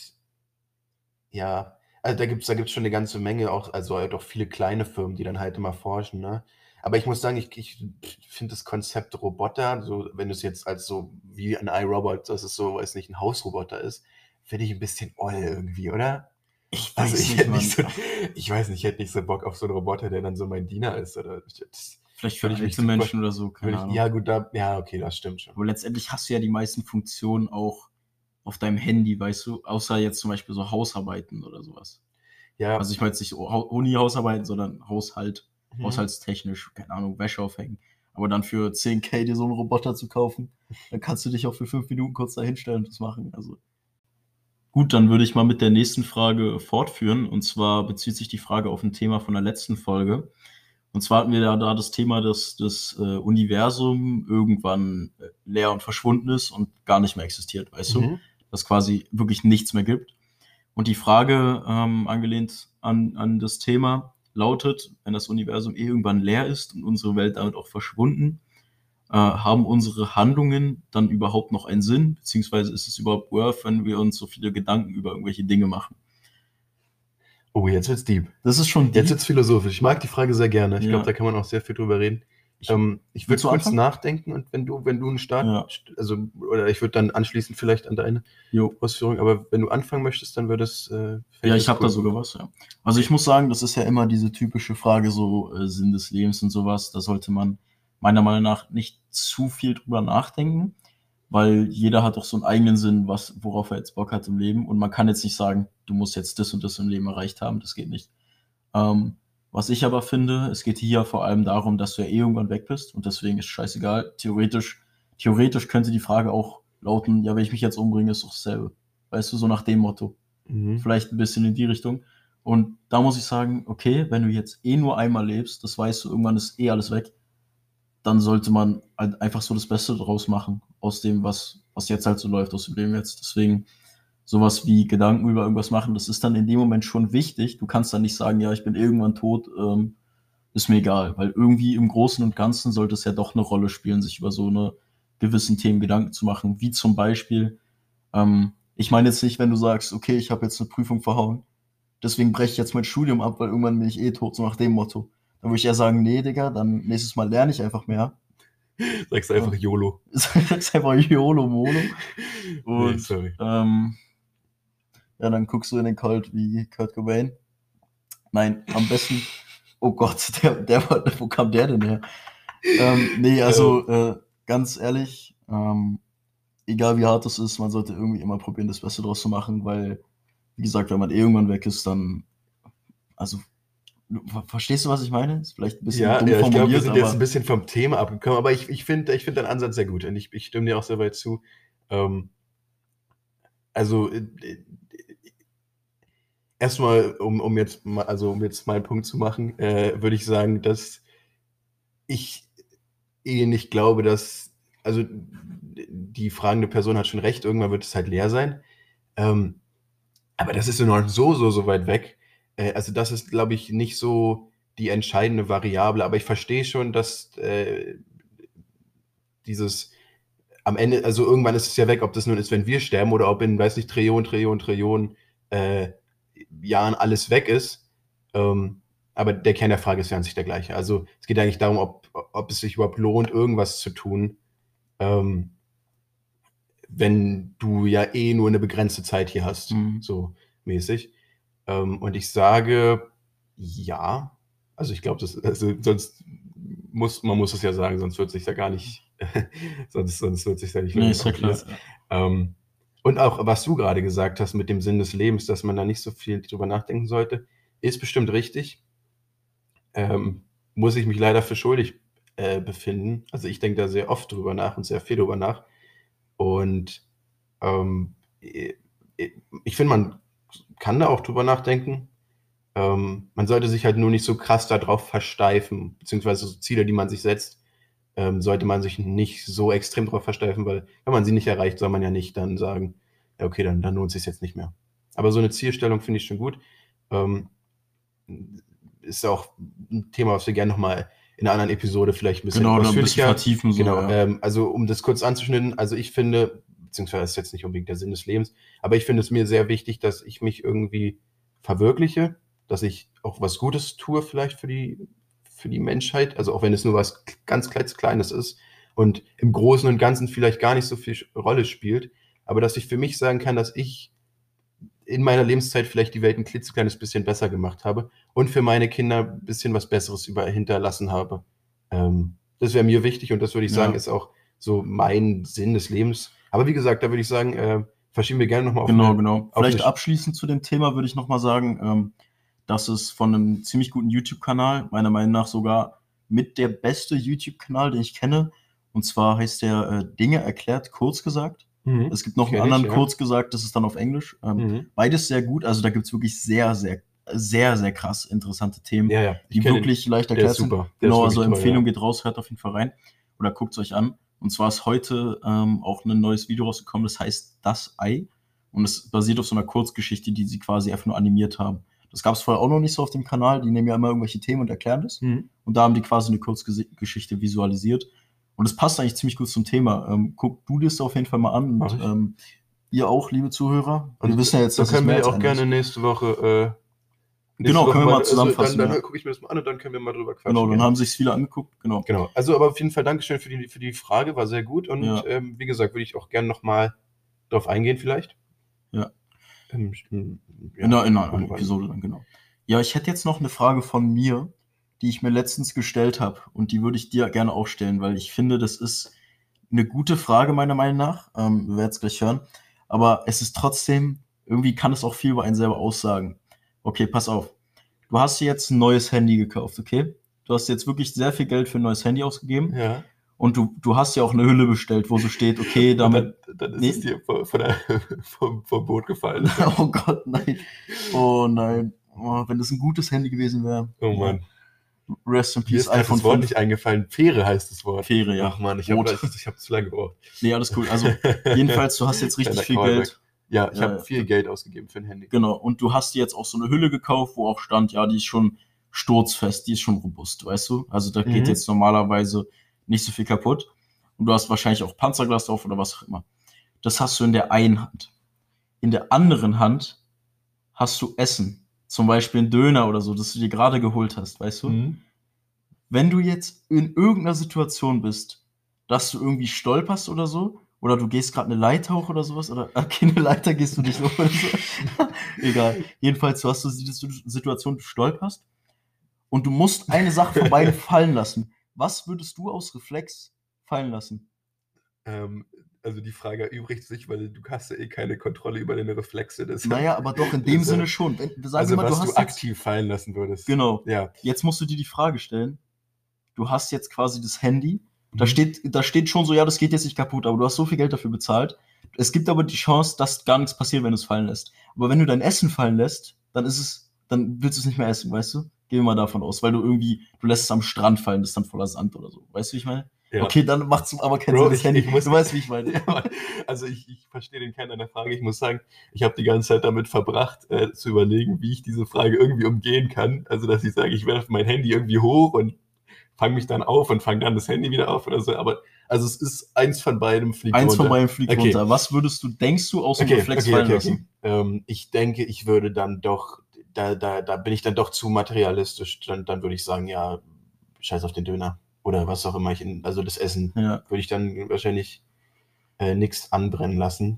ja, also da gibt's da gibt's schon eine ganze Menge auch, also halt auch viele kleine Firmen, die dann halt immer forschen, ne? Aber ich muss sagen, ich, ich finde das Konzept Roboter, so wenn du es jetzt als so wie ein iRobot, dass es so, weiß nicht, ein Hausroboter ist, finde ich ein bisschen oll irgendwie, oder? Ich Also weiß ich nicht, hätte nicht Mann. so, ich weiß nicht, ich hätte nicht so Bock auf so einen Roboter, der dann so mein Diener ist, oder ich, das Vielleicht für würde ich mich alte super, Menschen oder so, würde keine ich, Ahnung. ja gut, da, ja, okay, das stimmt schon. Aber letztendlich hast du ja die meisten Funktionen auch auf deinem Handy, weißt du? Außer jetzt zum Beispiel so Hausarbeiten oder sowas. Ja, Also ich meine jetzt nicht so Hau- Uni-Hausarbeiten, sondern Haushalt, mhm. haushaltstechnisch, keine Ahnung, Wäsche aufhängen. Aber dann für zehn K dir so einen Roboter zu kaufen, dann kannst du dich auch für fünf Minuten kurz da hinstellen und das machen. Also gut, dann würde ich mal mit der nächsten Frage fortführen. Und zwar bezieht sich die Frage auf ein Thema von der letzten Folge. Und zwar hatten wir da, da das Thema, dass das äh, Universum irgendwann äh, leer und verschwunden ist und gar nicht mehr existiert, weißt du? Mhm. Dass quasi wirklich nichts mehr gibt. Und die Frage, ähm, angelehnt an, an das Thema, lautet, wenn das Universum eh irgendwann leer ist und unsere Welt damit auch verschwunden, äh, haben unsere Handlungen dann überhaupt noch einen Sinn? Beziehungsweise ist es überhaupt worth, wenn wir uns so viele Gedanken über irgendwelche Dinge machen? Oh, jetzt wird's deep. Das ist schon Jetzt deep. wird's philosophisch. Ich mag die Frage sehr gerne. Ich glaube, da Ja. kann man auch sehr viel drüber reden. Ich, Ähm, ich würde willst du kurz anfangen? nachdenken und wenn du, wenn du einen Start, Ja. also, oder ich würde dann anschließen vielleicht an deine Jo. Ausführung, aber wenn du anfangen möchtest, dann würde es, äh, fände Ja, ich ich das habe da cool. sogar was, ja. Also ich muss sagen, das ist ja immer diese typische Frage, so äh, Sinn des Lebens und sowas. Da sollte man meiner Meinung nach nicht zu viel drüber nachdenken, weil jeder hat doch so einen eigenen Sinn, was, worauf er jetzt Bock hat im Leben. Und man kann jetzt nicht sagen, du musst jetzt das und das im Leben erreicht haben. Das geht nicht. Ähm, was ich aber finde, es geht hier vor allem darum, dass du ja eh irgendwann weg bist und deswegen ist scheißegal. Theoretisch, theoretisch könnte die Frage auch lauten, ja, wenn ich mich jetzt umbringe, ist doch dasselbe. Weißt du, so nach dem Motto. Mhm. Vielleicht ein bisschen in die Richtung. Und da muss ich sagen, okay, wenn du jetzt eh nur einmal lebst, das weißt du, irgendwann ist eh alles weg, dann sollte man halt einfach so das Beste draus machen, aus dem, was, was jetzt halt so läuft, aus dem Leben jetzt. Deswegen sowas wie Gedanken über irgendwas machen, das ist dann in dem Moment schon wichtig. Du kannst dann nicht sagen, ja, ich bin irgendwann tot, ähm, ist mir egal, weil irgendwie im Großen und Ganzen sollte es ja doch eine Rolle spielen, sich über so eine gewissen Themen Gedanken zu machen, wie zum Beispiel, ähm, ich meine jetzt nicht, wenn du sagst, okay, ich habe jetzt eine Prüfung verhauen, deswegen breche ich jetzt mein Studium ab, weil irgendwann bin ich eh tot, so nach dem Motto. Dann würde ich eher sagen, nee, Digga, dann nächstes Mal lerne ich einfach mehr. Sagst du einfach Und YOLO. ist einfach YOLO Mono. Nee, Und sorry. ähm, ja, dann guckst du in den Colt wie Kurt Cobain. Nein, am besten. Oh Gott, der, der war, wo kam der denn her? Ähm, nee, also Ähm, äh, ganz ehrlich, ähm, egal wie hart es ist, man sollte irgendwie immer probieren, das Beste draus zu machen, weil, wie gesagt, wenn man eh irgendwann weg ist, dann, also, du- ver- verstehst du, was ich meine? Ist vielleicht ein bisschen ja, dumm ja, ich glaube, wir formuliert, sind jetzt ein aber bisschen vom Thema abgekommen, aber ich, ich finde ich find deinen Ansatz sehr gut und ich, ich stimme dir auch sehr weit zu. Ähm, also, äh, äh, erstmal, um, um jetzt mal, also um jetzt meinen Punkt zu machen, äh, würde ich sagen, dass ich eh nicht glaube, dass, also die fragende Person hat schon recht, irgendwann wird es halt leer sein. Ähm, aber das ist ja noch so, so, so weit weg. Äh, also das ist, glaube ich, nicht so die entscheidende Variable. Aber ich verstehe schon, dass äh, dieses am Ende, also irgendwann ist es ja weg, ob das nun ist, wenn wir sterben oder ob in, weiß nicht, Trillionen, Trillionen, Trillionen äh, Jahren alles weg ist. Ähm, aber der Kern der Frage ist ja an sich der gleiche. Also es geht eigentlich darum, ob, ob es sich überhaupt lohnt, irgendwas zu tun, ähm, wenn du ja eh nur eine begrenzte Zeit hier hast, hm, so mäßig. Ähm, und ich sage ja. Also ich glaube, das, also sonst muss, man muss es ja sagen, sonst wird sich ja gar nicht, sonst, sonst wird sich ja nicht nee, lohnen, ist ja klar. obvious. Ja. Ähm, und auch, was du gerade gesagt hast mit dem Sinn des Lebens, dass man da nicht so viel drüber nachdenken sollte, ist bestimmt richtig. Ähm, muss ich mich leider für schuldig äh, befinden. Also ich denke da sehr oft drüber nach und sehr viel drüber nach. Und ähm, ich finde, man kann da auch drüber nachdenken. Ähm, man sollte sich halt nur nicht so krass darauf versteifen, beziehungsweise so Ziele, die man sich setzt, ähm, sollte man sich nicht so extrem darauf versteifen, weil wenn man sie nicht erreicht, soll man ja nicht dann sagen, ja okay, dann, dann lohnt es sich jetzt nicht mehr. Aber so eine Zielstellung finde ich schon gut. Ähm, ist auch ein Thema, was wir gerne nochmal in einer anderen Episode vielleicht ein bisschen Genau, da ein bisschen ausführlicher. vertiefen so, Genau, ja. ähm, also um das kurz anzuschneiden, also ich finde, beziehungsweise das ist jetzt nicht unbedingt der Sinn des Lebens, aber ich finde es mir sehr wichtig, dass ich mich irgendwie verwirkliche, dass ich auch was Gutes tue vielleicht für die, für die Menschheit, also auch wenn es nur was ganz Kleines ist und im Großen und Ganzen vielleicht gar nicht so viel Rolle spielt, aber dass ich für mich sagen kann, dass ich in meiner Lebenszeit vielleicht die Welt ein klitzekleines bisschen besser gemacht habe und für meine Kinder ein bisschen was Besseres über hinterlassen habe. Ähm, das wäre mir wichtig und das würde ich sagen, Ja. ist auch so mein Sinn des Lebens. Aber wie gesagt, da würde ich sagen, äh, verschieben wir gerne nochmal auf Genau, eine, genau. auf Vielleicht eine abschließend zu dem Thema würde ich nochmal sagen, ähm, dass es von einem ziemlich guten YouTube-Kanal, meiner Meinung nach sogar mit der beste YouTube-Kanal, den ich kenne. Und zwar heißt der äh, Dinge erklärt, kurz gesagt. Mhm. Es gibt noch einen Kenn ich, anderen, ja. kurz gesagt, das ist dann auf Englisch. Ähm, Mhm. Beides sehr gut. Also da gibt es wirklich sehr, sehr, sehr, sehr krass interessante Themen, Ja, ja. Ich die kenn wirklich leicht Der erklärt ist sind. super. Der ist Genau, wirklich also toll, Empfehlung ja. geht raus, hört auf jeden Fall rein oder guckt es euch an. Und zwar ist heute ähm, auch ein neues Video rausgekommen, das heißt Das Ei. Und es basiert auf so einer Kurzgeschichte, die sie quasi einfach nur animiert haben. Das gab es vorher auch noch nicht so auf dem Kanal. Die nehmen ja immer irgendwelche Themen und erklären das. Mhm. Und da haben die quasi eine Kurzgeschichte visualisiert. Und es passt eigentlich ziemlich gut zum Thema. Ähm, guck du dir das auf jeden Fall mal an. Mach Und ich. ähm, ihr auch, liebe Zuhörer. Wir Und wissen ja jetzt, da dass es können wir mehr ja als auch einer gerne ist. nächste Woche, äh, nächste Genau, Woche können wir mal also zusammenfassen, dann, dann ja. gucke ich mir das mal an und dann können wir mal drüber quatschen. Genau, dann gerne. haben sich viele angeguckt. Genau. Genau, also aber auf jeden Fall Dankeschön für die, für die Frage, war sehr gut und Ja. ähm, wie gesagt, würde ich auch gerne nochmal drauf eingehen vielleicht. Ja. Ähm, ja, In einer, in einer irgendwann. Episode dann, genau. Ja, ich hätte jetzt noch eine Frage von mir, die ich mir letztens gestellt habe und die würde ich dir gerne auch stellen, weil ich finde, das ist eine gute Frage meiner Meinung nach. Ähm, wir werden es gleich hören. Aber es ist trotzdem, irgendwie kann es auch viel über einen selber aussagen. Okay, pass auf. Du hast dir jetzt ein neues Handy gekauft, okay? Du hast jetzt wirklich sehr viel Geld für ein neues Handy ausgegeben Ja. und du, du hast ja auch eine Hülle bestellt, wo so steht, okay, damit. Und dann, dann ist Nee. es dir vor, vor der, vom, vom Boot gefallen. Oh Gott, nein. Oh nein. Oh, wenn das ein gutes Handy gewesen wäre. Oh Mann. Rest in Mir Peace, ist gerade iPhone das Wort fünf. nicht eingefallen. Fähre heißt das Wort. Fähre, ja. Ach Mann, ich Boot. habe ich hab zu lange gebraucht. Nee, alles cool. Also, jedenfalls, du hast jetzt richtig Kleiner viel Callback. Geld. Ja, ich Ja, habe viel Geld ausgegeben für ein Handy. Genau. Und du hast dir jetzt auch so eine Hülle gekauft, wo auch stand, ja, die ist schon sturzfest, die ist schon robust, weißt du? Also, da geht Mhm. jetzt normalerweise nicht so viel kaputt. Und du hast wahrscheinlich auch Panzerglas drauf oder was auch immer. Das hast du in der einen Hand. In der anderen Hand hast du Essen. Zum Beispiel ein Döner oder so, das du dir gerade geholt hast, weißt du? Mhm. Wenn du jetzt in irgendeiner Situation bist, dass du irgendwie stolperst oder so, oder du gehst gerade eine Leiter hoch oder sowas, oder okay, eine Leiter gehst du nicht hoch oder so. Egal. Jedenfalls, du hast so die Situation, du stolperst und du musst eine Sache von beiden fallen lassen. Was würdest du aus Reflex fallen lassen? Ähm, also die Frage erübrigt sich, weil du hast ja eh keine Kontrolle über deine Reflexe. Deshalb, Naja, aber doch in dem deshalb- Sinne schon. Wenn, sagen also wir mal, was du du hast jetzt, aktiv fallen lassen würdest. genau. Ja. Jetzt musst du dir die Frage stellen, du hast jetzt quasi das Handy, da Mhm. steht, da steht schon so, ja, das geht jetzt nicht kaputt, aber du hast so viel Geld dafür bezahlt. Es gibt aber die Chance, dass gar nichts passiert, wenn du es fallen lässt. Aber wenn du dein Essen fallen lässt, dann ist es, dann willst du es nicht mehr essen, weißt du? Gehen wir mal davon aus, weil du irgendwie, du lässt es am Strand fallen, das ist dann voller Sand oder so. Weißt du, wie ich meine? Ja. Okay, dann macht es aber keinen Bro, Sinn, das ich- Handy. ich muss- du weißt, wie ich meine. Ja, also ich, ich verstehe den Kern deiner Frage. Ich muss sagen, ich habe die ganze Zeit damit verbracht, äh, zu überlegen, wie ich diese Frage irgendwie umgehen kann. Also dass ich sage, ich werfe mein Handy irgendwie hoch und fange mich dann auf und fange dann das Handy wieder auf oder so. Aber also es ist eins von beidem fliegt Eins runter. von beiden fliegt Okay. runter. Was würdest du, denkst du, aus dem Okay, Reflex okay, fallen okay, lassen? okay. Ähm, ich denke, ich würde dann doch, da, da, da bin ich dann doch zu materialistisch. Dann, dann würde ich sagen, ja, scheiß auf den Döner. Oder was auch immer ich in, also das Essen Ja. würde ich dann wahrscheinlich äh, nichts anbrennen lassen.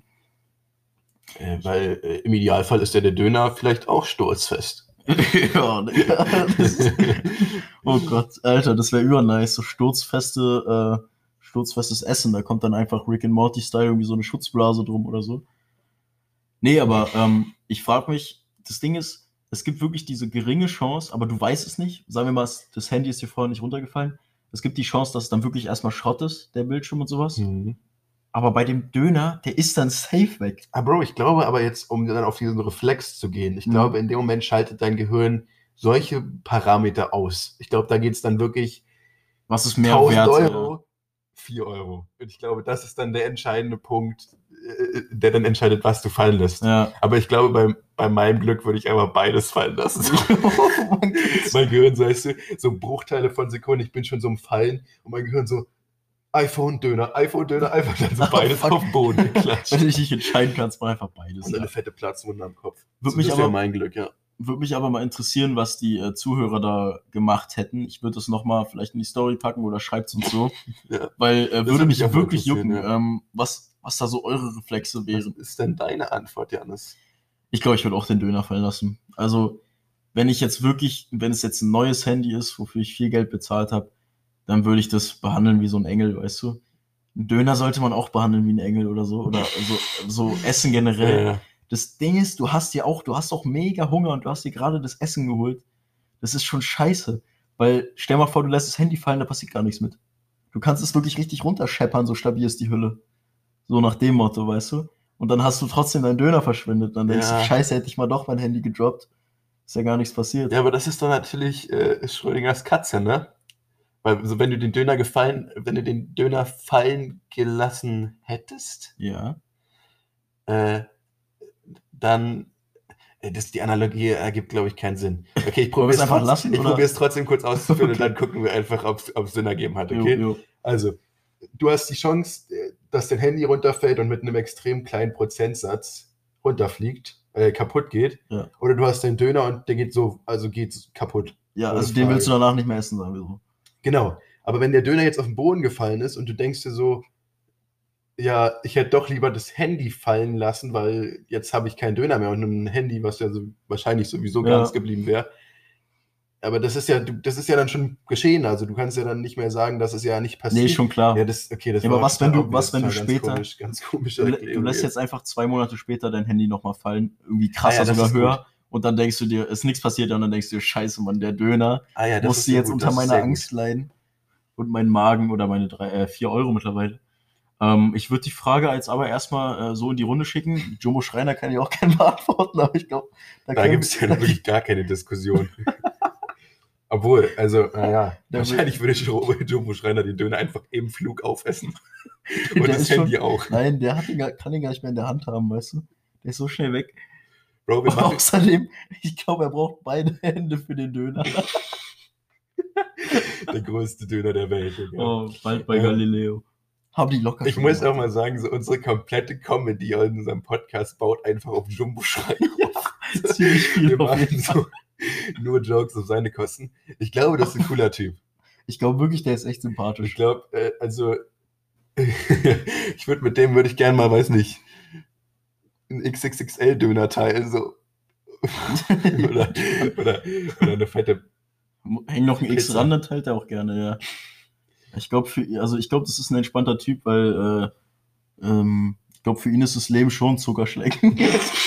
Äh, weil äh, im Idealfall ist ja der Döner vielleicht auch sturzfest. ja, das ist, oh Gott, Alter, das wäre übernice. So sturzfeste, äh, sturzfestes Essen. Da kommt dann einfach Rick and Morty-Style irgendwie so eine Schutzblase drum oder so. Nee, aber ähm, ich frage mich, das Ding ist, es gibt wirklich diese geringe Chance, aber du weißt es nicht. Sagen wir mal, das Handy ist dir vorher nicht runtergefallen. Es gibt die Chance, dass es dann wirklich erstmal Schrott ist, der Bildschirm und sowas. Mhm. Aber bei dem Döner, der ist dann safe weg. Ah, Bro, ich glaube aber jetzt, um dann auf diesen Reflex zu gehen, ich Mhm. glaube, in dem Moment schaltet dein Gehirn solche Parameter aus. Ich glaube, da geht es dann wirklich Was ist mehr tausend wert? Euro, vier Euro. Und ich glaube, das ist dann der entscheidende Punkt, äh, der dann entscheidet, was du fallen lässt. Ja. Aber ich glaube, bei, bei meinem Glück würde ich einfach beides fallen lassen. Oh mein Gott. Mein Gehirn, so, weißt du, so Bruchteile von Sekunden, ich bin schon so im Fallen und mein Gehirn so, iPhone-Döner, iPhone-Döner, einfach dann so Ah, beides fuck. auf den Boden geklatscht. Wenn du dich nicht entscheiden kannst, mach einfach beides. Und Ja. eine fette Platzwunde am Kopf. Würde So, mich das aber- wäre mein Glück, ja. Würde mich aber mal interessieren, was die äh, Zuhörer da gemacht hätten. Ich würde das nochmal vielleicht in die Story packen oder schreibt es uns so. Ja. Weil äh, würde würde mich mich auch mal wirklich jucken, interessieren, ähm, was, was da so eure Reflexe Was wären. ist denn deine Antwort, Janis? Ich glaube, ich würde auch den Döner fallen lassen. Also, wenn ich jetzt wirklich, wenn es jetzt ein neues Handy ist, wofür ich viel Geld bezahlt habe, dann würde ich das behandeln wie so ein Engel, weißt du? Ein Döner sollte man auch behandeln wie ein Engel oder so. Oder so, so Essen generell. Äh, Das Ding ist, du hast ja auch, du hast auch mega Hunger und du hast dir gerade das Essen geholt. Das ist schon scheiße. Weil, stell mal vor, du lässt das Handy fallen, da passiert gar nichts mit. Du kannst es wirklich richtig runterscheppern, so stabil ist die Hülle. So nach dem Motto, weißt du? Und dann hast du trotzdem deinen Döner verschwendet. Dann denkst Ja. du, scheiße, hätte ich mal doch mein Handy gedroppt. Ist ja gar nichts passiert. ja, aber das ist doch natürlich äh, Schrödingers Katze, ne? Weil so, wenn du den Döner gefallen, wenn du den Döner fallen gelassen hättest, Ja. äh, dann äh, das, die Analogie ergibt, glaube ich, keinen Sinn. Okay, ich Wollen wir probiere es es einfach trotz, lassen, ich oder? probiere es trotzdem kurz auszuführen Okay. und dann gucken wir einfach, ob es Sinn ergeben hat, Jo, okay? jo. Also, du hast die Chance, äh, dass dein Handy runterfällt und mit einem extrem kleinen Prozentsatz runterfliegt, äh, kaputt geht. Ja. Oder du hast den Döner und der geht so, also geht kaputt. Ja, Ohne also den Frage. willst du danach nicht mehr essen, sagen wir so. Genau. Aber wenn der Döner jetzt auf den Boden gefallen ist und du denkst dir so, ja, ich hätte doch lieber das Handy fallen lassen, weil jetzt habe ich keinen Döner mehr und ein Handy, was ja so wahrscheinlich sowieso Ja. ganz geblieben wäre. Aber das ist ja, du- das ist ja dann schon geschehen. Also du kannst ja dann nicht mehr sagen, dass es ja nicht passiert. Nee, schon klar. Ja, das, okay, das Ja, war aber was, total wenn du- obvious, was, wenn du total später- Ganz, komisch, ganz komische Du, lä- Erklärung du lässt jetzt einfach zwei Monate später dein Handy nochmal fallen, irgendwie krasser Ah ja, das sogar ist höher. gut. Und dann denkst du dir, ist nichts passiert, und dann denkst du dir, scheiße, Mann, der Döner Ah ja, das ist musste sehr jetzt gut, unter das ist meiner sehr gut. Angst leiden. Und mein Magen oder meine drei, äh, vier Euro mittlerweile. Ähm, ich würde die Frage jetzt aber erstmal äh, so in die Runde schicken. Jumbo Schreiner kann ich auch gerne beantworten, aber ich glaube, da, Da können- gibt es ja wirklich gar keine Diskussion. Obwohl, also, naja, Der wahrscheinlich würde Jo- Jumbo Schreiner den Döner einfach im Flug aufessen. Und Der das ist schon- Handy auch. Nein, der hat ihn gar, kann ihn gar nicht mehr in der Hand haben, weißt du? Der ist so schnell weg. Bro, wir machen, Außerdem, ich glaube, er braucht beide Hände für den Döner. der größte Döner der Welt. Digga. Oh, bald bei Ja. Galileo. Haben die locker Ich schon muss gemacht. auch mal sagen, so unsere komplette Comedy in unserem Podcast baut einfach auf Jumbo Schreiner auf. Ziemlich viel Wir auf machen jeden Fall. so nur Jokes auf seine Kosten. Ich glaube, das ist ein cooler Typ. Ich glaube wirklich, der ist echt Ich sympathisch. glaube, äh, also ich würde mit dem würde ich gerne mal, weiß nicht, einen X X X L-Döner teilen, so. oder, oder, oder eine fette. Hängt noch ein X Pizza. ran, dann teilt er auch gerne, ja. Ich glaube, für also ich glaube, das ist ein entspannter Typ, weil äh, ähm, ich glaube, für ihn ist das Leben schon Zuckerschlecken.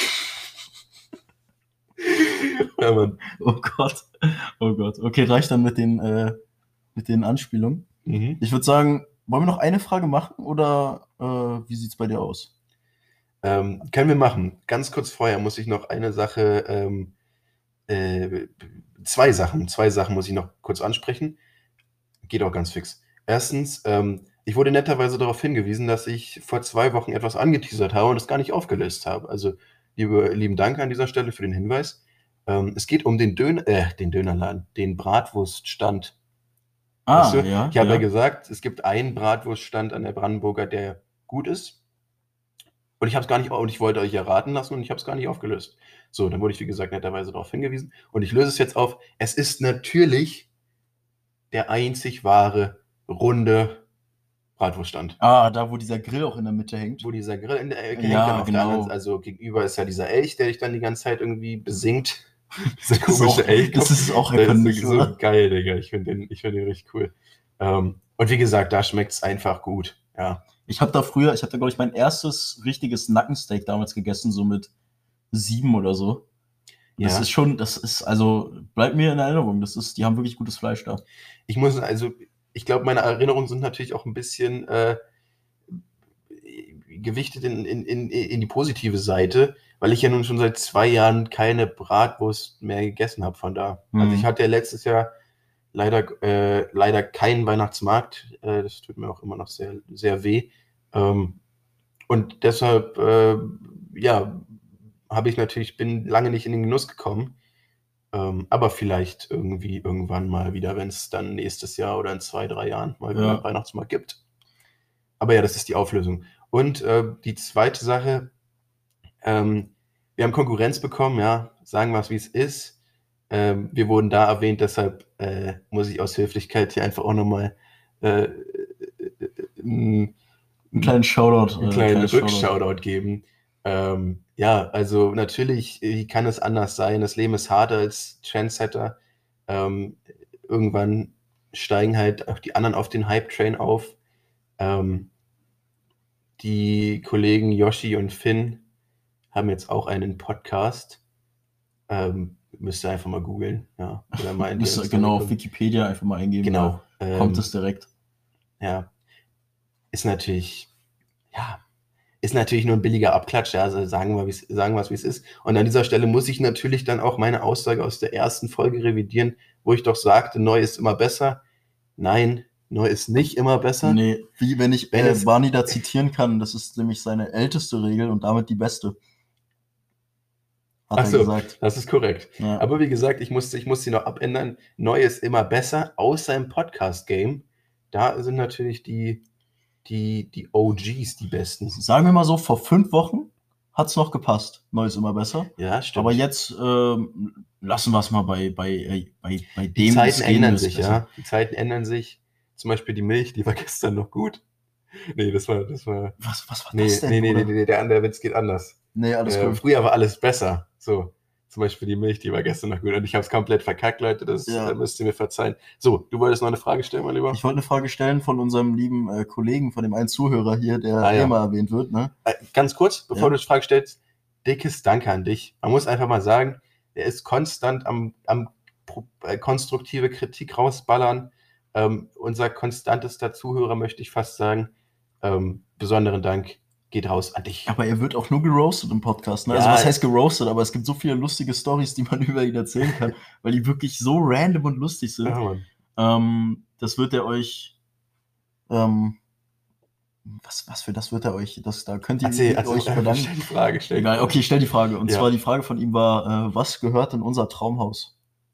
Ja, Mann. Oh Gott. Oh Gott. Okay, reicht dann mit den, äh, mit den Anspielungen. Mhm. Ich würde sagen, wollen wir noch eine Frage machen oder äh, wie sieht's bei dir aus? Ähm, können wir machen. Ganz kurz vorher muss ich noch eine Sache, ähm, äh, zwei Sachen, zwei Sachen muss ich noch kurz ansprechen. Geht auch ganz fix. Erstens, ähm, ich wurde netterweise darauf hingewiesen, dass ich vor zwei Wochen etwas angeteasert habe und es gar nicht aufgelöst habe. Also, liebe, lieben Dank an dieser Stelle für den Hinweis. Ähm, es geht um den Döner, äh, den Dönerladen, den Bratwurststand. Ah, Weißt du? ja. Ich habe ja. ja. gesagt, es gibt einen Bratwurststand an der Brandenburger, der gut ist. Und ich habe es gar nicht, und ich wollte euch ja raten lassen und ich habe es gar nicht aufgelöst. So, dann wurde ich, wie gesagt, netterweise darauf hingewiesen. Und ich löse es jetzt auf. Es ist natürlich der einzig wahre, runde Bratwurststand. Ah, da, wo dieser Grill auch in der Mitte hängt. Wo dieser Grill in der Ecke Ja, hängt. Und auf der genau. anderen, also gegenüber ist ja dieser Elch, der dich dann die ganze Zeit irgendwie besingt. Dieser Das ist komische auch- Elch. das ist auch Der iconic, ist so oder? geil, Digga. Ich finde den, ich find den richtig cool. Ähm, und wie gesagt, da schmeckt es einfach gut. Ja. Ich habe da früher, ich habe da, glaube ich, mein erstes richtiges Nackensteak damals gegessen, so mit sieben oder so. Und Das Ja. ist schon, das ist, also, bleibt mir in Erinnerung. Das ist, die haben wirklich gutes Fleisch da. Ich muss, also, ich glaube, meine Erinnerungen sind natürlich auch ein bisschen, äh, gewichtet in, in, in, in die positive Seite, weil ich ja nun schon seit zwei Jahren keine Bratwurst mehr gegessen habe von da. Mhm. Also ich hatte ja letztes Jahr leider, äh, leider keinen Weihnachtsmarkt. Äh, das tut mir auch immer noch sehr, sehr weh. Ähm, und deshalb, äh, ja, habe ich natürlich, bin lange nicht in den Genuss gekommen. Ähm, aber vielleicht irgendwie irgendwann mal wieder, wenn es dann nächstes Jahr oder in zwei, drei Jahren mal wieder Ja. einen Weihnachtsmarkt gibt. Aber ja, das ist die Auflösung. Und äh, die zweite Sache, ähm, wir haben Konkurrenz bekommen, ja, sagen wir es, wie es ist. Ähm, wir wurden da erwähnt, deshalb äh, muss ich aus Höflichkeit hier einfach auch nochmal äh, äh, äh, Einen kleinen Shoutout. einen äh, kleinen kleines Shoutout. Rückshoutout geben. Ähm, ja, also natürlich, wie kann es anders sein? Das Leben ist harter als Trendsetter. Ähm, irgendwann steigen halt auch die anderen auf den Hype-Train auf. Ähm, die Kollegen Yoshi und Finn haben jetzt auch einen Podcast. Ähm, müsst ihr einfach mal googeln. Ja, oder mal in die Müsst ihr Story genau auf gucken. Wikipedia einfach mal eingeben. Genau. Da kommt Ähm, es direkt. ja, ist natürlich, ja, ist natürlich nur ein billiger Abklatsch, ja, also sagen wir, wie's, sagen wir es, wie es ist. Und an dieser Stelle muss ich natürlich dann auch meine Aussage aus der ersten Folge revidieren, wo ich doch sagte, neu ist immer besser. Nein, neu ist nicht immer besser. Nee, wie wenn ich Wenn äh, es- Barney da zitieren kann, das ist nämlich seine älteste Regel und damit die beste. Hat Ach er so, gesagt. das ist korrekt. Ja. Aber wie gesagt, ich musste, ich musste sie noch abändern. Neu ist immer besser, außer im Podcast-Game. Da sind natürlich die, die, die O Gs die besten. Sagen wir mal so, vor fünf Wochen hat es noch gepasst. Neu ist immer besser. Ja, stimmt. Aber jetzt ähm, lassen wir es mal bei, bei, äh, bei, bei dem, die wie Zeiten es gehen ändern ist, sich, besser. ja. Die Zeiten ändern sich. Zum Beispiel die Milch, die war gestern noch gut. Nee, das war, das war. Was, was war Nee, das denn, nee, nee, nee, Bruder? nee, der andere Witz geht anders. Nee, alles Äh, gut. früher war alles besser. So, zum Beispiel die Milch, die war gestern noch gut. Und ich habe es komplett verkackt, Leute. Das Ja. äh, müsst ihr mir verzeihen. So, du wolltest noch eine Frage stellen, mein Lieber? Ich wollte eine Frage stellen von unserem lieben äh, Kollegen, von dem einen Zuhörer hier, der Ah, ja. eh mal erwähnt wird, ne? Äh, ganz kurz, bevor Ja. du die Frage stellst, dickes Danke an dich. Man muss einfach mal sagen, er ist konstant am, am pro- äh, konstruktive Kritik rausballern. Ähm, unser konstantester Zuhörer, möchte ich fast sagen. Ähm, besonderen Dank geht raus an dich. Aber er wird auch nur geroastet im Podcast, ne? Also Ja. was heißt geroastet? Aber es gibt so viele lustige Stories, die man über ihn erzählen kann, weil die wirklich so random und lustig sind. Ja, Mann. Ähm, das wird er euch. Ähm, was, was für das wird er euch? Das, da könnt ihr Erzähl, erzähl, euch äh, bedanken. stell die Frage, stell die Egal, Frage. okay, ich stell die Frage. Und Ja. zwar die Frage von ihm war: äh, Was gehört in unser Traumhaus?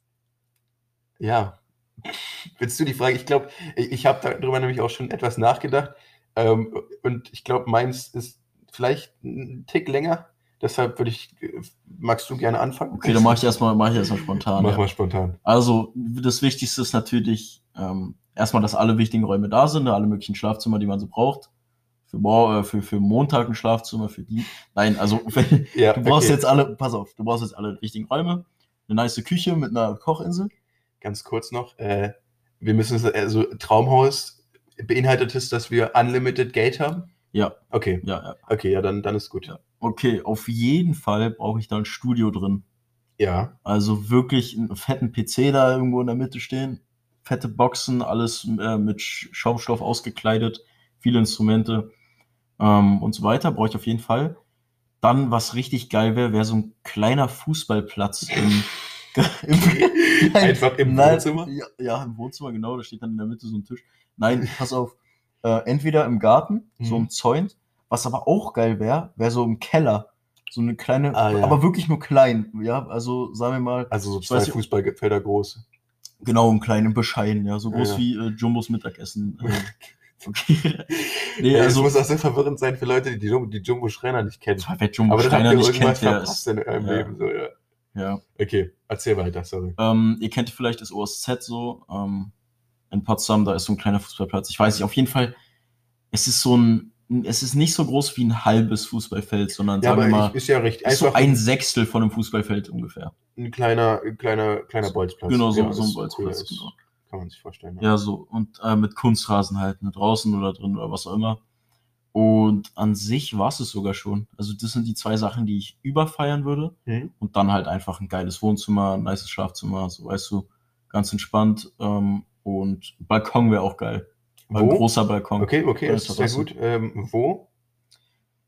Ja. Willst du die Frage? Ich glaube, ich, ich habe darüber nämlich auch schon etwas nachgedacht. Ähm, und ich glaube, meins ist vielleicht ein Tick länger. Deshalb würde ich, äh, magst du gerne anfangen? Okay, dann mache ich erstmal mach ich erstmal spontan. Mach ja. mal spontan. Also, das Wichtigste ist natürlich ähm, erstmal, dass alle wichtigen Räume da sind, alle möglichen Schlafzimmer, die man so braucht. Für, Mor- äh, für, für Montag ein Schlafzimmer, für die. Nein, also wenn, Ja, du brauchst okay. jetzt alle, pass auf, du brauchst jetzt alle richtigen Räume, eine nice Küche mit einer Kochinsel. Ganz kurz noch, äh, wir müssen, also Traumhaus beinhaltet es, dass wir Unlimited Gate haben? Ja, Okay, ja, ja. okay, ja, dann, dann ist gut. Ja. Okay, auf jeden Fall brauche ich da ein Studio drin. Ja, Also wirklich einen fetten P C da irgendwo in der Mitte stehen, fette Boxen, alles äh, mit Sch- Schaumstoff ausgekleidet, viele Instrumente ähm, und so weiter, brauche ich auf jeden Fall. Dann, was richtig geil wäre, wäre so ein kleiner Fußballplatz im, im Nein, Einfach im nein, Wohnzimmer? Ja, ja, im Wohnzimmer, genau, da steht dann in der Mitte so ein Tisch. Nein, pass auf, äh, entweder im Garten, so Mhm. umzäunt, was aber auch geil wäre, wäre so im Keller. So eine kleine, Ah, ja. aber wirklich nur klein, ja, also sagen wir mal, Also so Ich zwei weiß nicht- Fußballfelder groß. genau, im kleinen bescheiden, ja, so groß Ja. wie äh, Jumbos Mittagessen. Äh, okay. nee, Ja, also, es muss auch sehr verwirrend sein für Leute, die die Jumbo, die Jumbo Schreiner nicht kennen. wer Jumbo Aber das habt Schreiner ihr nicht irgendwas kennt, der verpasst ist, in eurem ja. Leben. So, ja. ja. Okay, erzähl weiter, sorry. Ähm, ihr kennt vielleicht das O S Z so, ähm, in Potsdam, da ist so ein kleiner Fußballplatz. Ich weiß nicht, auf jeden Fall, es ist so ein, es ist nicht so groß wie ein halbes Fußballfeld, sondern Ja, sagen wir aber mal, ich, ist ja richtig. ist so Einfach ein ein, Sechstel von einem Fußballfeld ungefähr. ein kleiner, ein kleiner, kleiner Bolzplatz. Genau, so, Ja, so ein ist Bolzplatz, cool, ist- genau. Kann man sich vorstellen. Ja, so. Und äh, mit Kunstrasen halt, ne, draußen oder drin oder was auch immer. Und an sich war es es sogar schon. Also das sind die zwei Sachen, die ich überfeiern würde. Mhm. Und dann halt einfach ein geiles Wohnzimmer, ein nices Schlafzimmer, so weißt du, ganz entspannt. Ähm, und Balkon wäre auch geil. Ein Wo? großer Balkon. Okay, okay, Eine das ist sehr Terrasse. gut. Ähm, wo?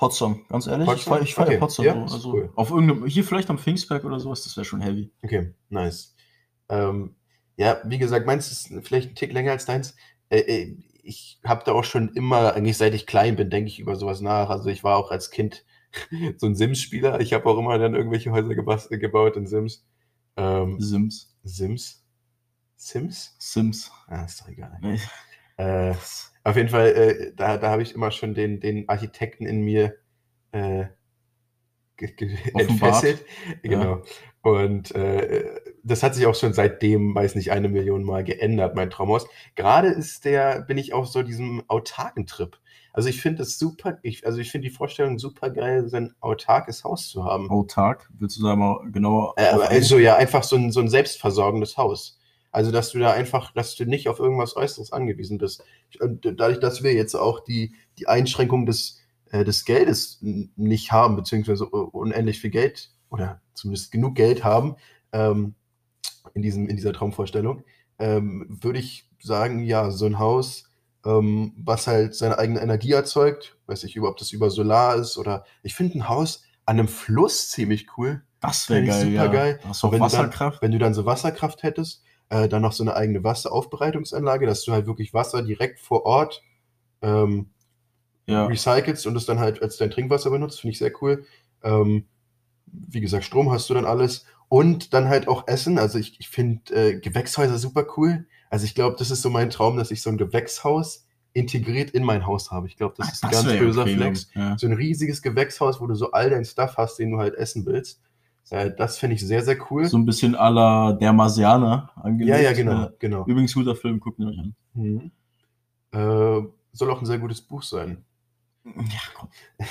Potsdam, ganz ehrlich. Ich Potsdam? feiere ich feier Okay, Potsdam ja, so. ist Also cool. auf irgendeinem, hier vielleicht am Pfingstberg oder sowas, das wäre schon heavy. Okay, nice. Ähm, ja, wie gesagt, meins ist vielleicht ein Tick länger als deins. Äh, äh, ich habe da auch schon immer, eigentlich seit ich klein bin, denke ich über sowas nach. Also ich war auch als Kind so ein Sims-Spieler. Ich habe auch immer dann irgendwelche Häuser gebas- gebaut in Sims. Ähm, Sims. Sims? Sims? Sims. Ah, ist doch egal. Nee. Äh, auf jeden Fall, äh, da, da habe ich immer schon den, den Architekten in mir äh, ge- ge- Offenbart. entfesselt. Genau. Und äh, das hat sich auch schon seitdem, weiß nicht, eine Million Mal geändert, mein Traumhaus. Gerade ist der, bin ich auf so diesem autarken Trip. Also ich finde es super, ich, also ich finde die Vorstellung super geil, so ein autarkes Haus zu haben. Autark. Willst du da mal genauer Äh, drauf aber eingehen? also ja, einfach so ein, so ein selbstversorgendes Haus. Also, dass du da einfach, dass du nicht auf irgendwas Äußeres angewiesen bist. Und dadurch, dass wir jetzt auch die, die Einschränkung des, äh, des Geldes n- nicht haben, beziehungsweise u- unendlich viel Geld oder zumindest genug Geld haben, ähm, in diesem, in dieser Traumvorstellung, ähm, würde ich sagen, ja, so ein Haus, ähm, was halt seine eigene Energie erzeugt, weiß ich, über, ob das über Solar ist oder ich finde ein Haus an einem Fluss ziemlich cool. Das wäre Fände ich geil, super ja. geil. Da hast du Und auch wenn du dann, Wasserkraft. wenn du dann so Wasserkraft hättest, äh, dann noch so eine eigene Wasseraufbereitungsanlage, dass du halt wirklich Wasser direkt vor Ort ähm, Ja. recycelst und es dann halt als dein Trinkwasser benutzt, finde ich sehr cool. Ähm, wie gesagt, Strom hast du dann alles und dann halt auch Essen. Also ich, ich finde äh, Gewächshäuser super cool. Also ich glaube, das ist so mein Traum, dass ich so ein Gewächshaus integriert in mein Haus habe. Ich glaube, das Ah, ist ein das ganz wäre ja böser Premium. Flex. Ja. So ein riesiges Gewächshaus, wo du so all dein Stuff hast, den du halt essen willst. Äh, das finde ich sehr, sehr cool. So ein bisschen à la der Marsianer Ja, ja, angelegt. genau, Äh, genau. übrigens guter Film, guckt ihn euch an. Mhm. Äh, soll auch ein sehr gutes Buch sein. Ja, komm.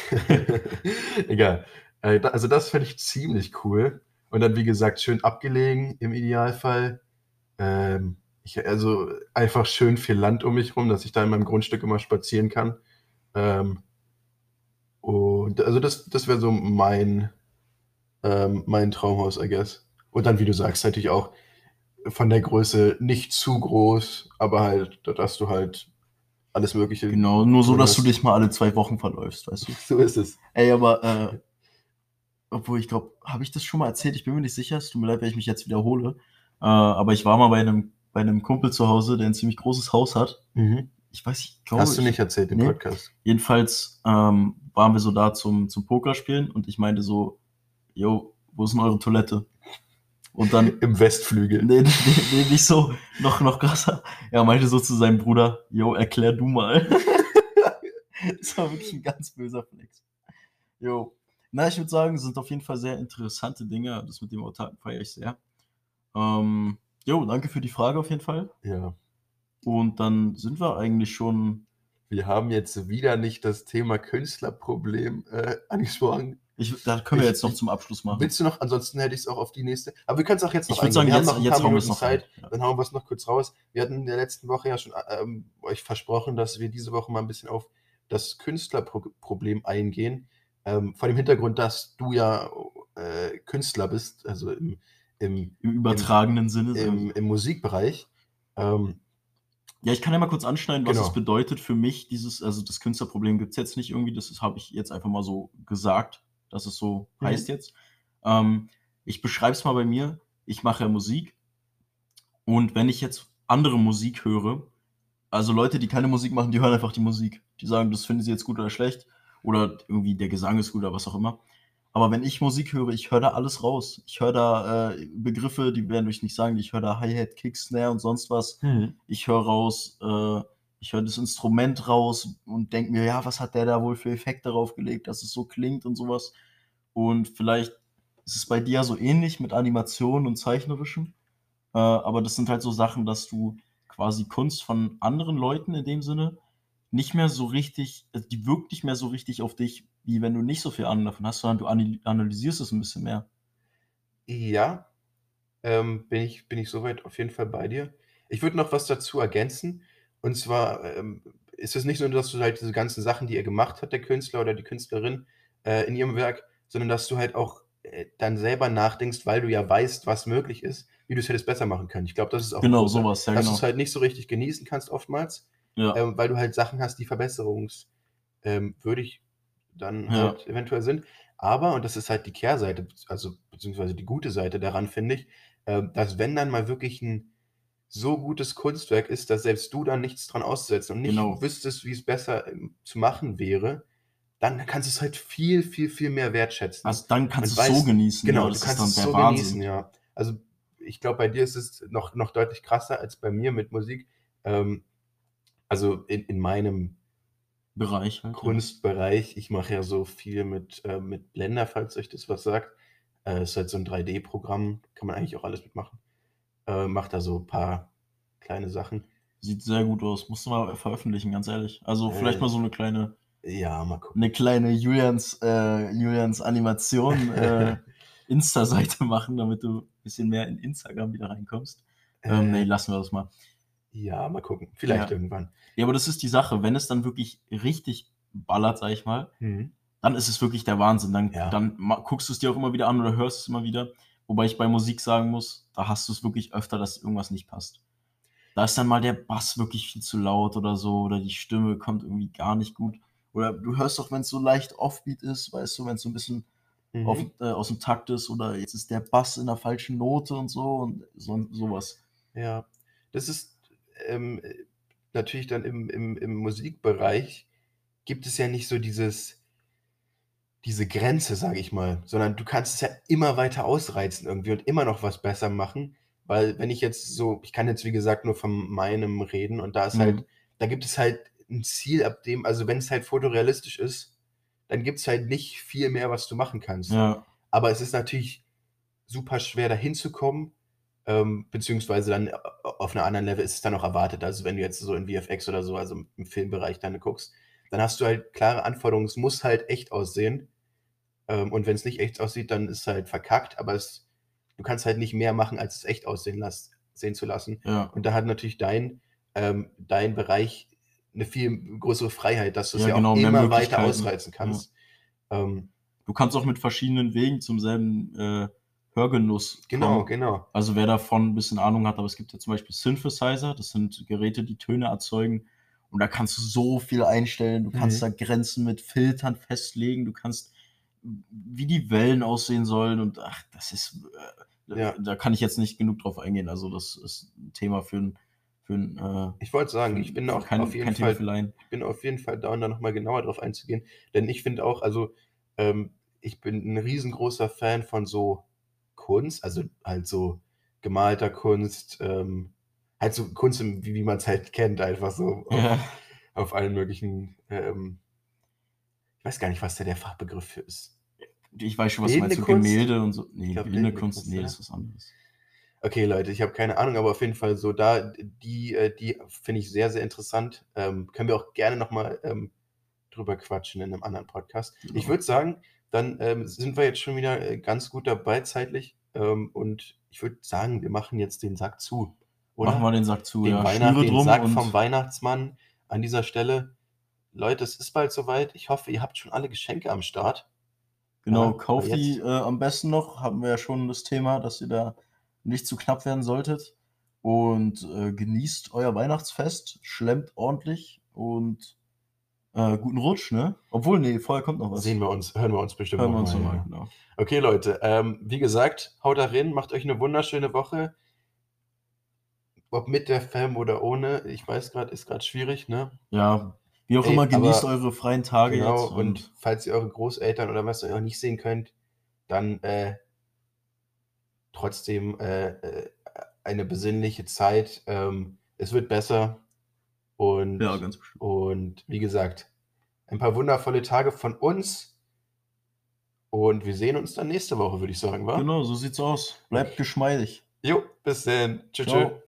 Egal. Äh, da, also das fände ich ziemlich cool. Und dann, wie gesagt, schön abgelegen im Idealfall. Ähm, ich, also einfach schön viel Land um mich rum, dass ich da in meinem Grundstück immer spazieren kann. Ähm, und also das, das wäre so mein, ähm, mein Traumhaus, I guess. Und dann, wie du sagst, natürlich auch von der Größe nicht zu groß, aber halt, dass du halt alles Mögliche Genau, nur so, drin dass du hast. dich mal alle zwei Wochen verläufst, weißt du? So ist es. Ey, aber, äh, obwohl ich glaube, habe ich das schon mal erzählt? Ich bin mir nicht sicher. Es tut mir leid, wenn ich mich jetzt wiederhole. Äh, aber ich war mal bei einem, bei einem Kumpel zu Hause, der ein ziemlich großes Haus hat. Mhm. Ich weiß, ich glaube, Hast du ich, nicht erzählt im nee. Podcast? Jedenfalls ähm, waren wir so da zum, zum Pokerspielen und ich meinte so, yo, wo ist denn eure Toilette? Und dann, Im Westflügel. nee, nee, nee, nicht so, noch, noch krasser. Er meinte so zu seinem Bruder, yo, erklär du mal. Das war wirklich ein ganz böser Flex. Jo. Na, ich würde sagen, sind auf jeden Fall sehr interessante Dinge. Das mit dem Autarken feiere ich sehr. Ähm, jo, danke für die Frage auf jeden Fall. Ja. Und dann sind wir eigentlich schon. Wir haben jetzt wieder nicht das Thema Künstlerproblem äh, angesprochen. Ich, da können wir Ich- jetzt noch ich- zum Abschluss machen. Willst du noch? Ansonsten hätte ich es auch auf die nächste. Aber wir können es auch jetzt noch Ich würde sagen, eingehen. Wir jetzt, haben noch ein jetzt paar hauen wir es Minuten noch Zeit. rein. Ja. Dann hauen wir es noch kurz raus. Wir hatten in der letzten Woche ja schon ähm, euch versprochen, dass wir diese Woche mal ein bisschen auf das Künstlerproblem eingehen. Ähm, vor dem Hintergrund, dass du ja äh, Künstler bist, also im, im, Im übertragenen Sinne. sagen wir im, so. im Musikbereich. Ähm, Ja, ich kann ja mal kurz anschneiden, was Genau. es bedeutet für mich, dieses, also das Künstlerproblem gibt es jetzt nicht irgendwie, das habe ich jetzt einfach mal so gesagt, dass es so Mhm. heißt jetzt. Ähm, ich beschreibe es mal bei mir, ich mache ja Musik und wenn ich jetzt andere Musik höre, also Leute, die keine Musik machen, die hören einfach die Musik. Die sagen, das finden sie jetzt gut oder schlecht oder irgendwie der Gesang ist gut oder was auch immer. Aber wenn ich Musik höre, ich höre da alles raus. Ich höre da äh, Begriffe, die werden euch nicht sagen, ich höre da Hi-Hat, Kick, Snare und sonst was. Mhm. Ich höre raus, äh, ich höre das Instrument raus und denke mir, ja, was hat der da wohl für Effekte drauf gelegt, dass es so klingt und sowas. Und vielleicht ist es bei dir ja so ähnlich mit Animation und Zeichnerischen. Äh, aber das sind halt so Sachen, dass du quasi Kunst von anderen Leuten in dem Sinne nicht mehr so richtig, also die wirkt nicht mehr so richtig auf dich, wie wenn du nicht so viel Ahnung davon hast, sondern du ani- analysierst es ein bisschen mehr. Ja, ähm, bin ich, bin ich soweit auf jeden Fall bei dir. Ich würde noch was dazu ergänzen. Und zwar ähm, ist es nicht nur, dass du halt diese ganzen Sachen, die er gemacht hat, der Künstler oder die Künstlerin, äh, in ihrem Werk, sondern dass du halt auch äh, dann selber nachdenkst, weil du ja weißt, was möglich ist, wie du es hättest besser machen können. Ich glaube, das ist auch ein Genau, großer, sowas, ja, dass du genau. es halt nicht so richtig genießen kannst oftmals, Ja, ähm, weil du halt Sachen hast, die verbesserungswürdig ähm, würdig dann Ja. halt eventuell sind. Aber, und das ist halt die Kehrseite, also beziehungsweise die gute Seite daran, finde ich, äh, dass wenn dann mal wirklich ein so gutes Kunstwerk ist, dass selbst du dann nichts dran auszusetzen und nicht Genau. wüsstest, wie es besser ähm, zu machen wäre, dann kannst du es halt viel, viel, viel mehr wertschätzen Also dann kannst und du es so weißt, genießen, ja, genau, du das ist kannst dann es der so Wahnsinn. genießen, ja. Also ich glaube, bei dir ist es noch, noch deutlich krasser als bei mir mit Musik. Ähm, also in, in meinem Bereich halt, ja. Kunstbereich, ich mache ja so viel mit, äh, mit Blender, falls euch das was sagt. Äh, ist halt so ein drei D-Programm, kann man eigentlich auch alles mitmachen. Äh, macht da so ein paar kleine Sachen. Sieht sehr gut aus. Musst du mal veröffentlichen, ganz ehrlich. Also vielleicht Äh, mal so eine kleine, ja, mal gucken. eine kleine Julians, äh, Julians Animation äh, Insta-Seite machen, damit du ein bisschen mehr in Instagram wieder reinkommst. Ähm, nee, Äh, lassen wir das mal. ja, mal gucken. Vielleicht Ja. irgendwann. Ja, aber das ist die Sache. Wenn es dann wirklich richtig ballert, sag ich mal, Mhm. dann ist es wirklich der Wahnsinn. Dann, Ja. dann ma- guckst du es dir auch immer wieder an oder hörst es immer wieder. Wobei ich bei Musik sagen muss, da hast du es wirklich öfter, dass irgendwas nicht passt. Da ist dann mal der Bass wirklich viel zu laut oder so, oder die Stimme kommt irgendwie gar nicht gut. Oder du hörst auch, wenn es so leicht Offbeat ist, weißt du, wenn es so ein bisschen auf, Mhm. äh, aus dem Takt ist, oder jetzt ist der Bass in der falschen Note und so und so, sowas. Ja. Das ist ähm, äh, natürlich dann im, im, im Musikbereich gibt es ja nicht so dieses, diese Grenze, sage ich mal, sondern du kannst es ja immer weiter ausreizen irgendwie und immer noch was besser machen. Weil wenn ich jetzt so, ich kann jetzt wie gesagt nur von meinem reden und da ist halt, Mhm. da gibt es halt ein Ziel, ab dem, also wenn es halt fotorealistisch ist, dann gibt es halt nicht viel mehr, was du machen kannst. Ja, Aber es ist natürlich super schwer, da hinzukommen, ähm, beziehungsweise dann auf einer anderen Level ist es dann auch erwartet. Also wenn du jetzt so in V F X oder so, also im Filmbereich dann guckst, dann hast du halt klare Anforderungen, es muss halt echt aussehen. Ähm, und wenn es nicht echt aussieht, dann ist es halt verkackt, aber es, du kannst halt nicht mehr machen, als es echt aussehen lass, sehen zu lassen. ja, Und da hat natürlich dein, ähm, dein Bereich eine viel größere Freiheit, dass du es ja, ja auch genau, mehr immer weiter Möglichkeiten. ausreizen Ja. kannst. Ähm, Du kannst auch mit verschiedenen Wegen zum selben äh, Hörgenuss genau, kommen. genau. Also wer davon ein bisschen Ahnung hat, aber es gibt ja zum Beispiel Synthesizer, das sind Geräte, die Töne erzeugen. Und da kannst du so viel einstellen. Du kannst Mhm. da Grenzen mit Filtern festlegen. Du kannst, wie die Wellen aussehen sollen. Und ach, das ist, äh, Ja. da kann ich jetzt nicht genug drauf eingehen. Also das ist ein Thema für ein, für ein, äh, Ich wollte sagen, für, ich bin für auch auf kein, jeden kein Thema Fall, für Laien. ich bin auf jeden Fall down, da noch mal genauer drauf einzugehen, denn ich finde auch, also ähm, ich bin ein riesengroßer Fan von so Kunst, also halt so gemalter Kunst, ähm, halt so Kunst, im- wie, wie man es halt kennt, einfach so auf, Ja, auf allen möglichen, ähm, ich weiß gar nicht, was da der Fachbegriff für ist. ich weiß schon, was du meinst. Bildende So Kunst? Gemälde und so. Ich Nee, glaube, bildende bildende Kunst, Kunst, nee, das oder? ist was anderes. Okay, Leute, ich habe keine Ahnung, aber auf jeden Fall so da, die, äh, die finde ich sehr, sehr interessant. Ähm, können wir auch gerne nochmal ähm, drüber quatschen in einem anderen Podcast. Ich Genau. würde sagen, dann ähm, sind wir jetzt schon wieder äh, ganz gut dabei zeitlich. Ähm, und ich würde sagen, wir machen jetzt den Sack zu, Machen wir oder? den Sack zu, Den ja. Weihnacht, Schnüre den drum Sack vom und Weihnachtsmann an dieser Stelle. Leute, es ist bald soweit. Ich hoffe, ihr habt schon alle Geschenke am Start. genau, Ja, weil kauf die jetzt, äh, am besten noch. Haben wir ja schon das Thema, dass ihr da nicht zu knapp werden solltet. Und äh, genießt euer Weihnachtsfest, schlemmt ordentlich und äh, guten Rutsch, ne? Obwohl, nee, vorher kommt noch was. sehen wir uns, hören wir uns bestimmt Hören wir uns nochmal. nochmal, Ja. genau. Okay, Leute, ähm, wie gesagt, haut da rein, macht euch eine wunderschöne Woche. Ob mit der Fam oder ohne, ich weiß gerade, ist gerade schwierig, ne? Ja, wie auch immer, Ey, genießt aber eure freien Tage genau, jetzt und und falls ihr eure Großeltern oder was ihr auch nicht sehen könnt, dann äh, trotzdem äh, äh, eine besinnliche Zeit. Ähm, es wird besser ja, und, ganz bestimmt. und wie gesagt, ein paar wundervolle Tage von uns und wir sehen uns dann nächste Woche, würde ich sagen, wa? Genau, so sieht's aus. Bleibt Okay. geschmeidig. Jo, bis dann. Tschüss. Tschüss. Ciao.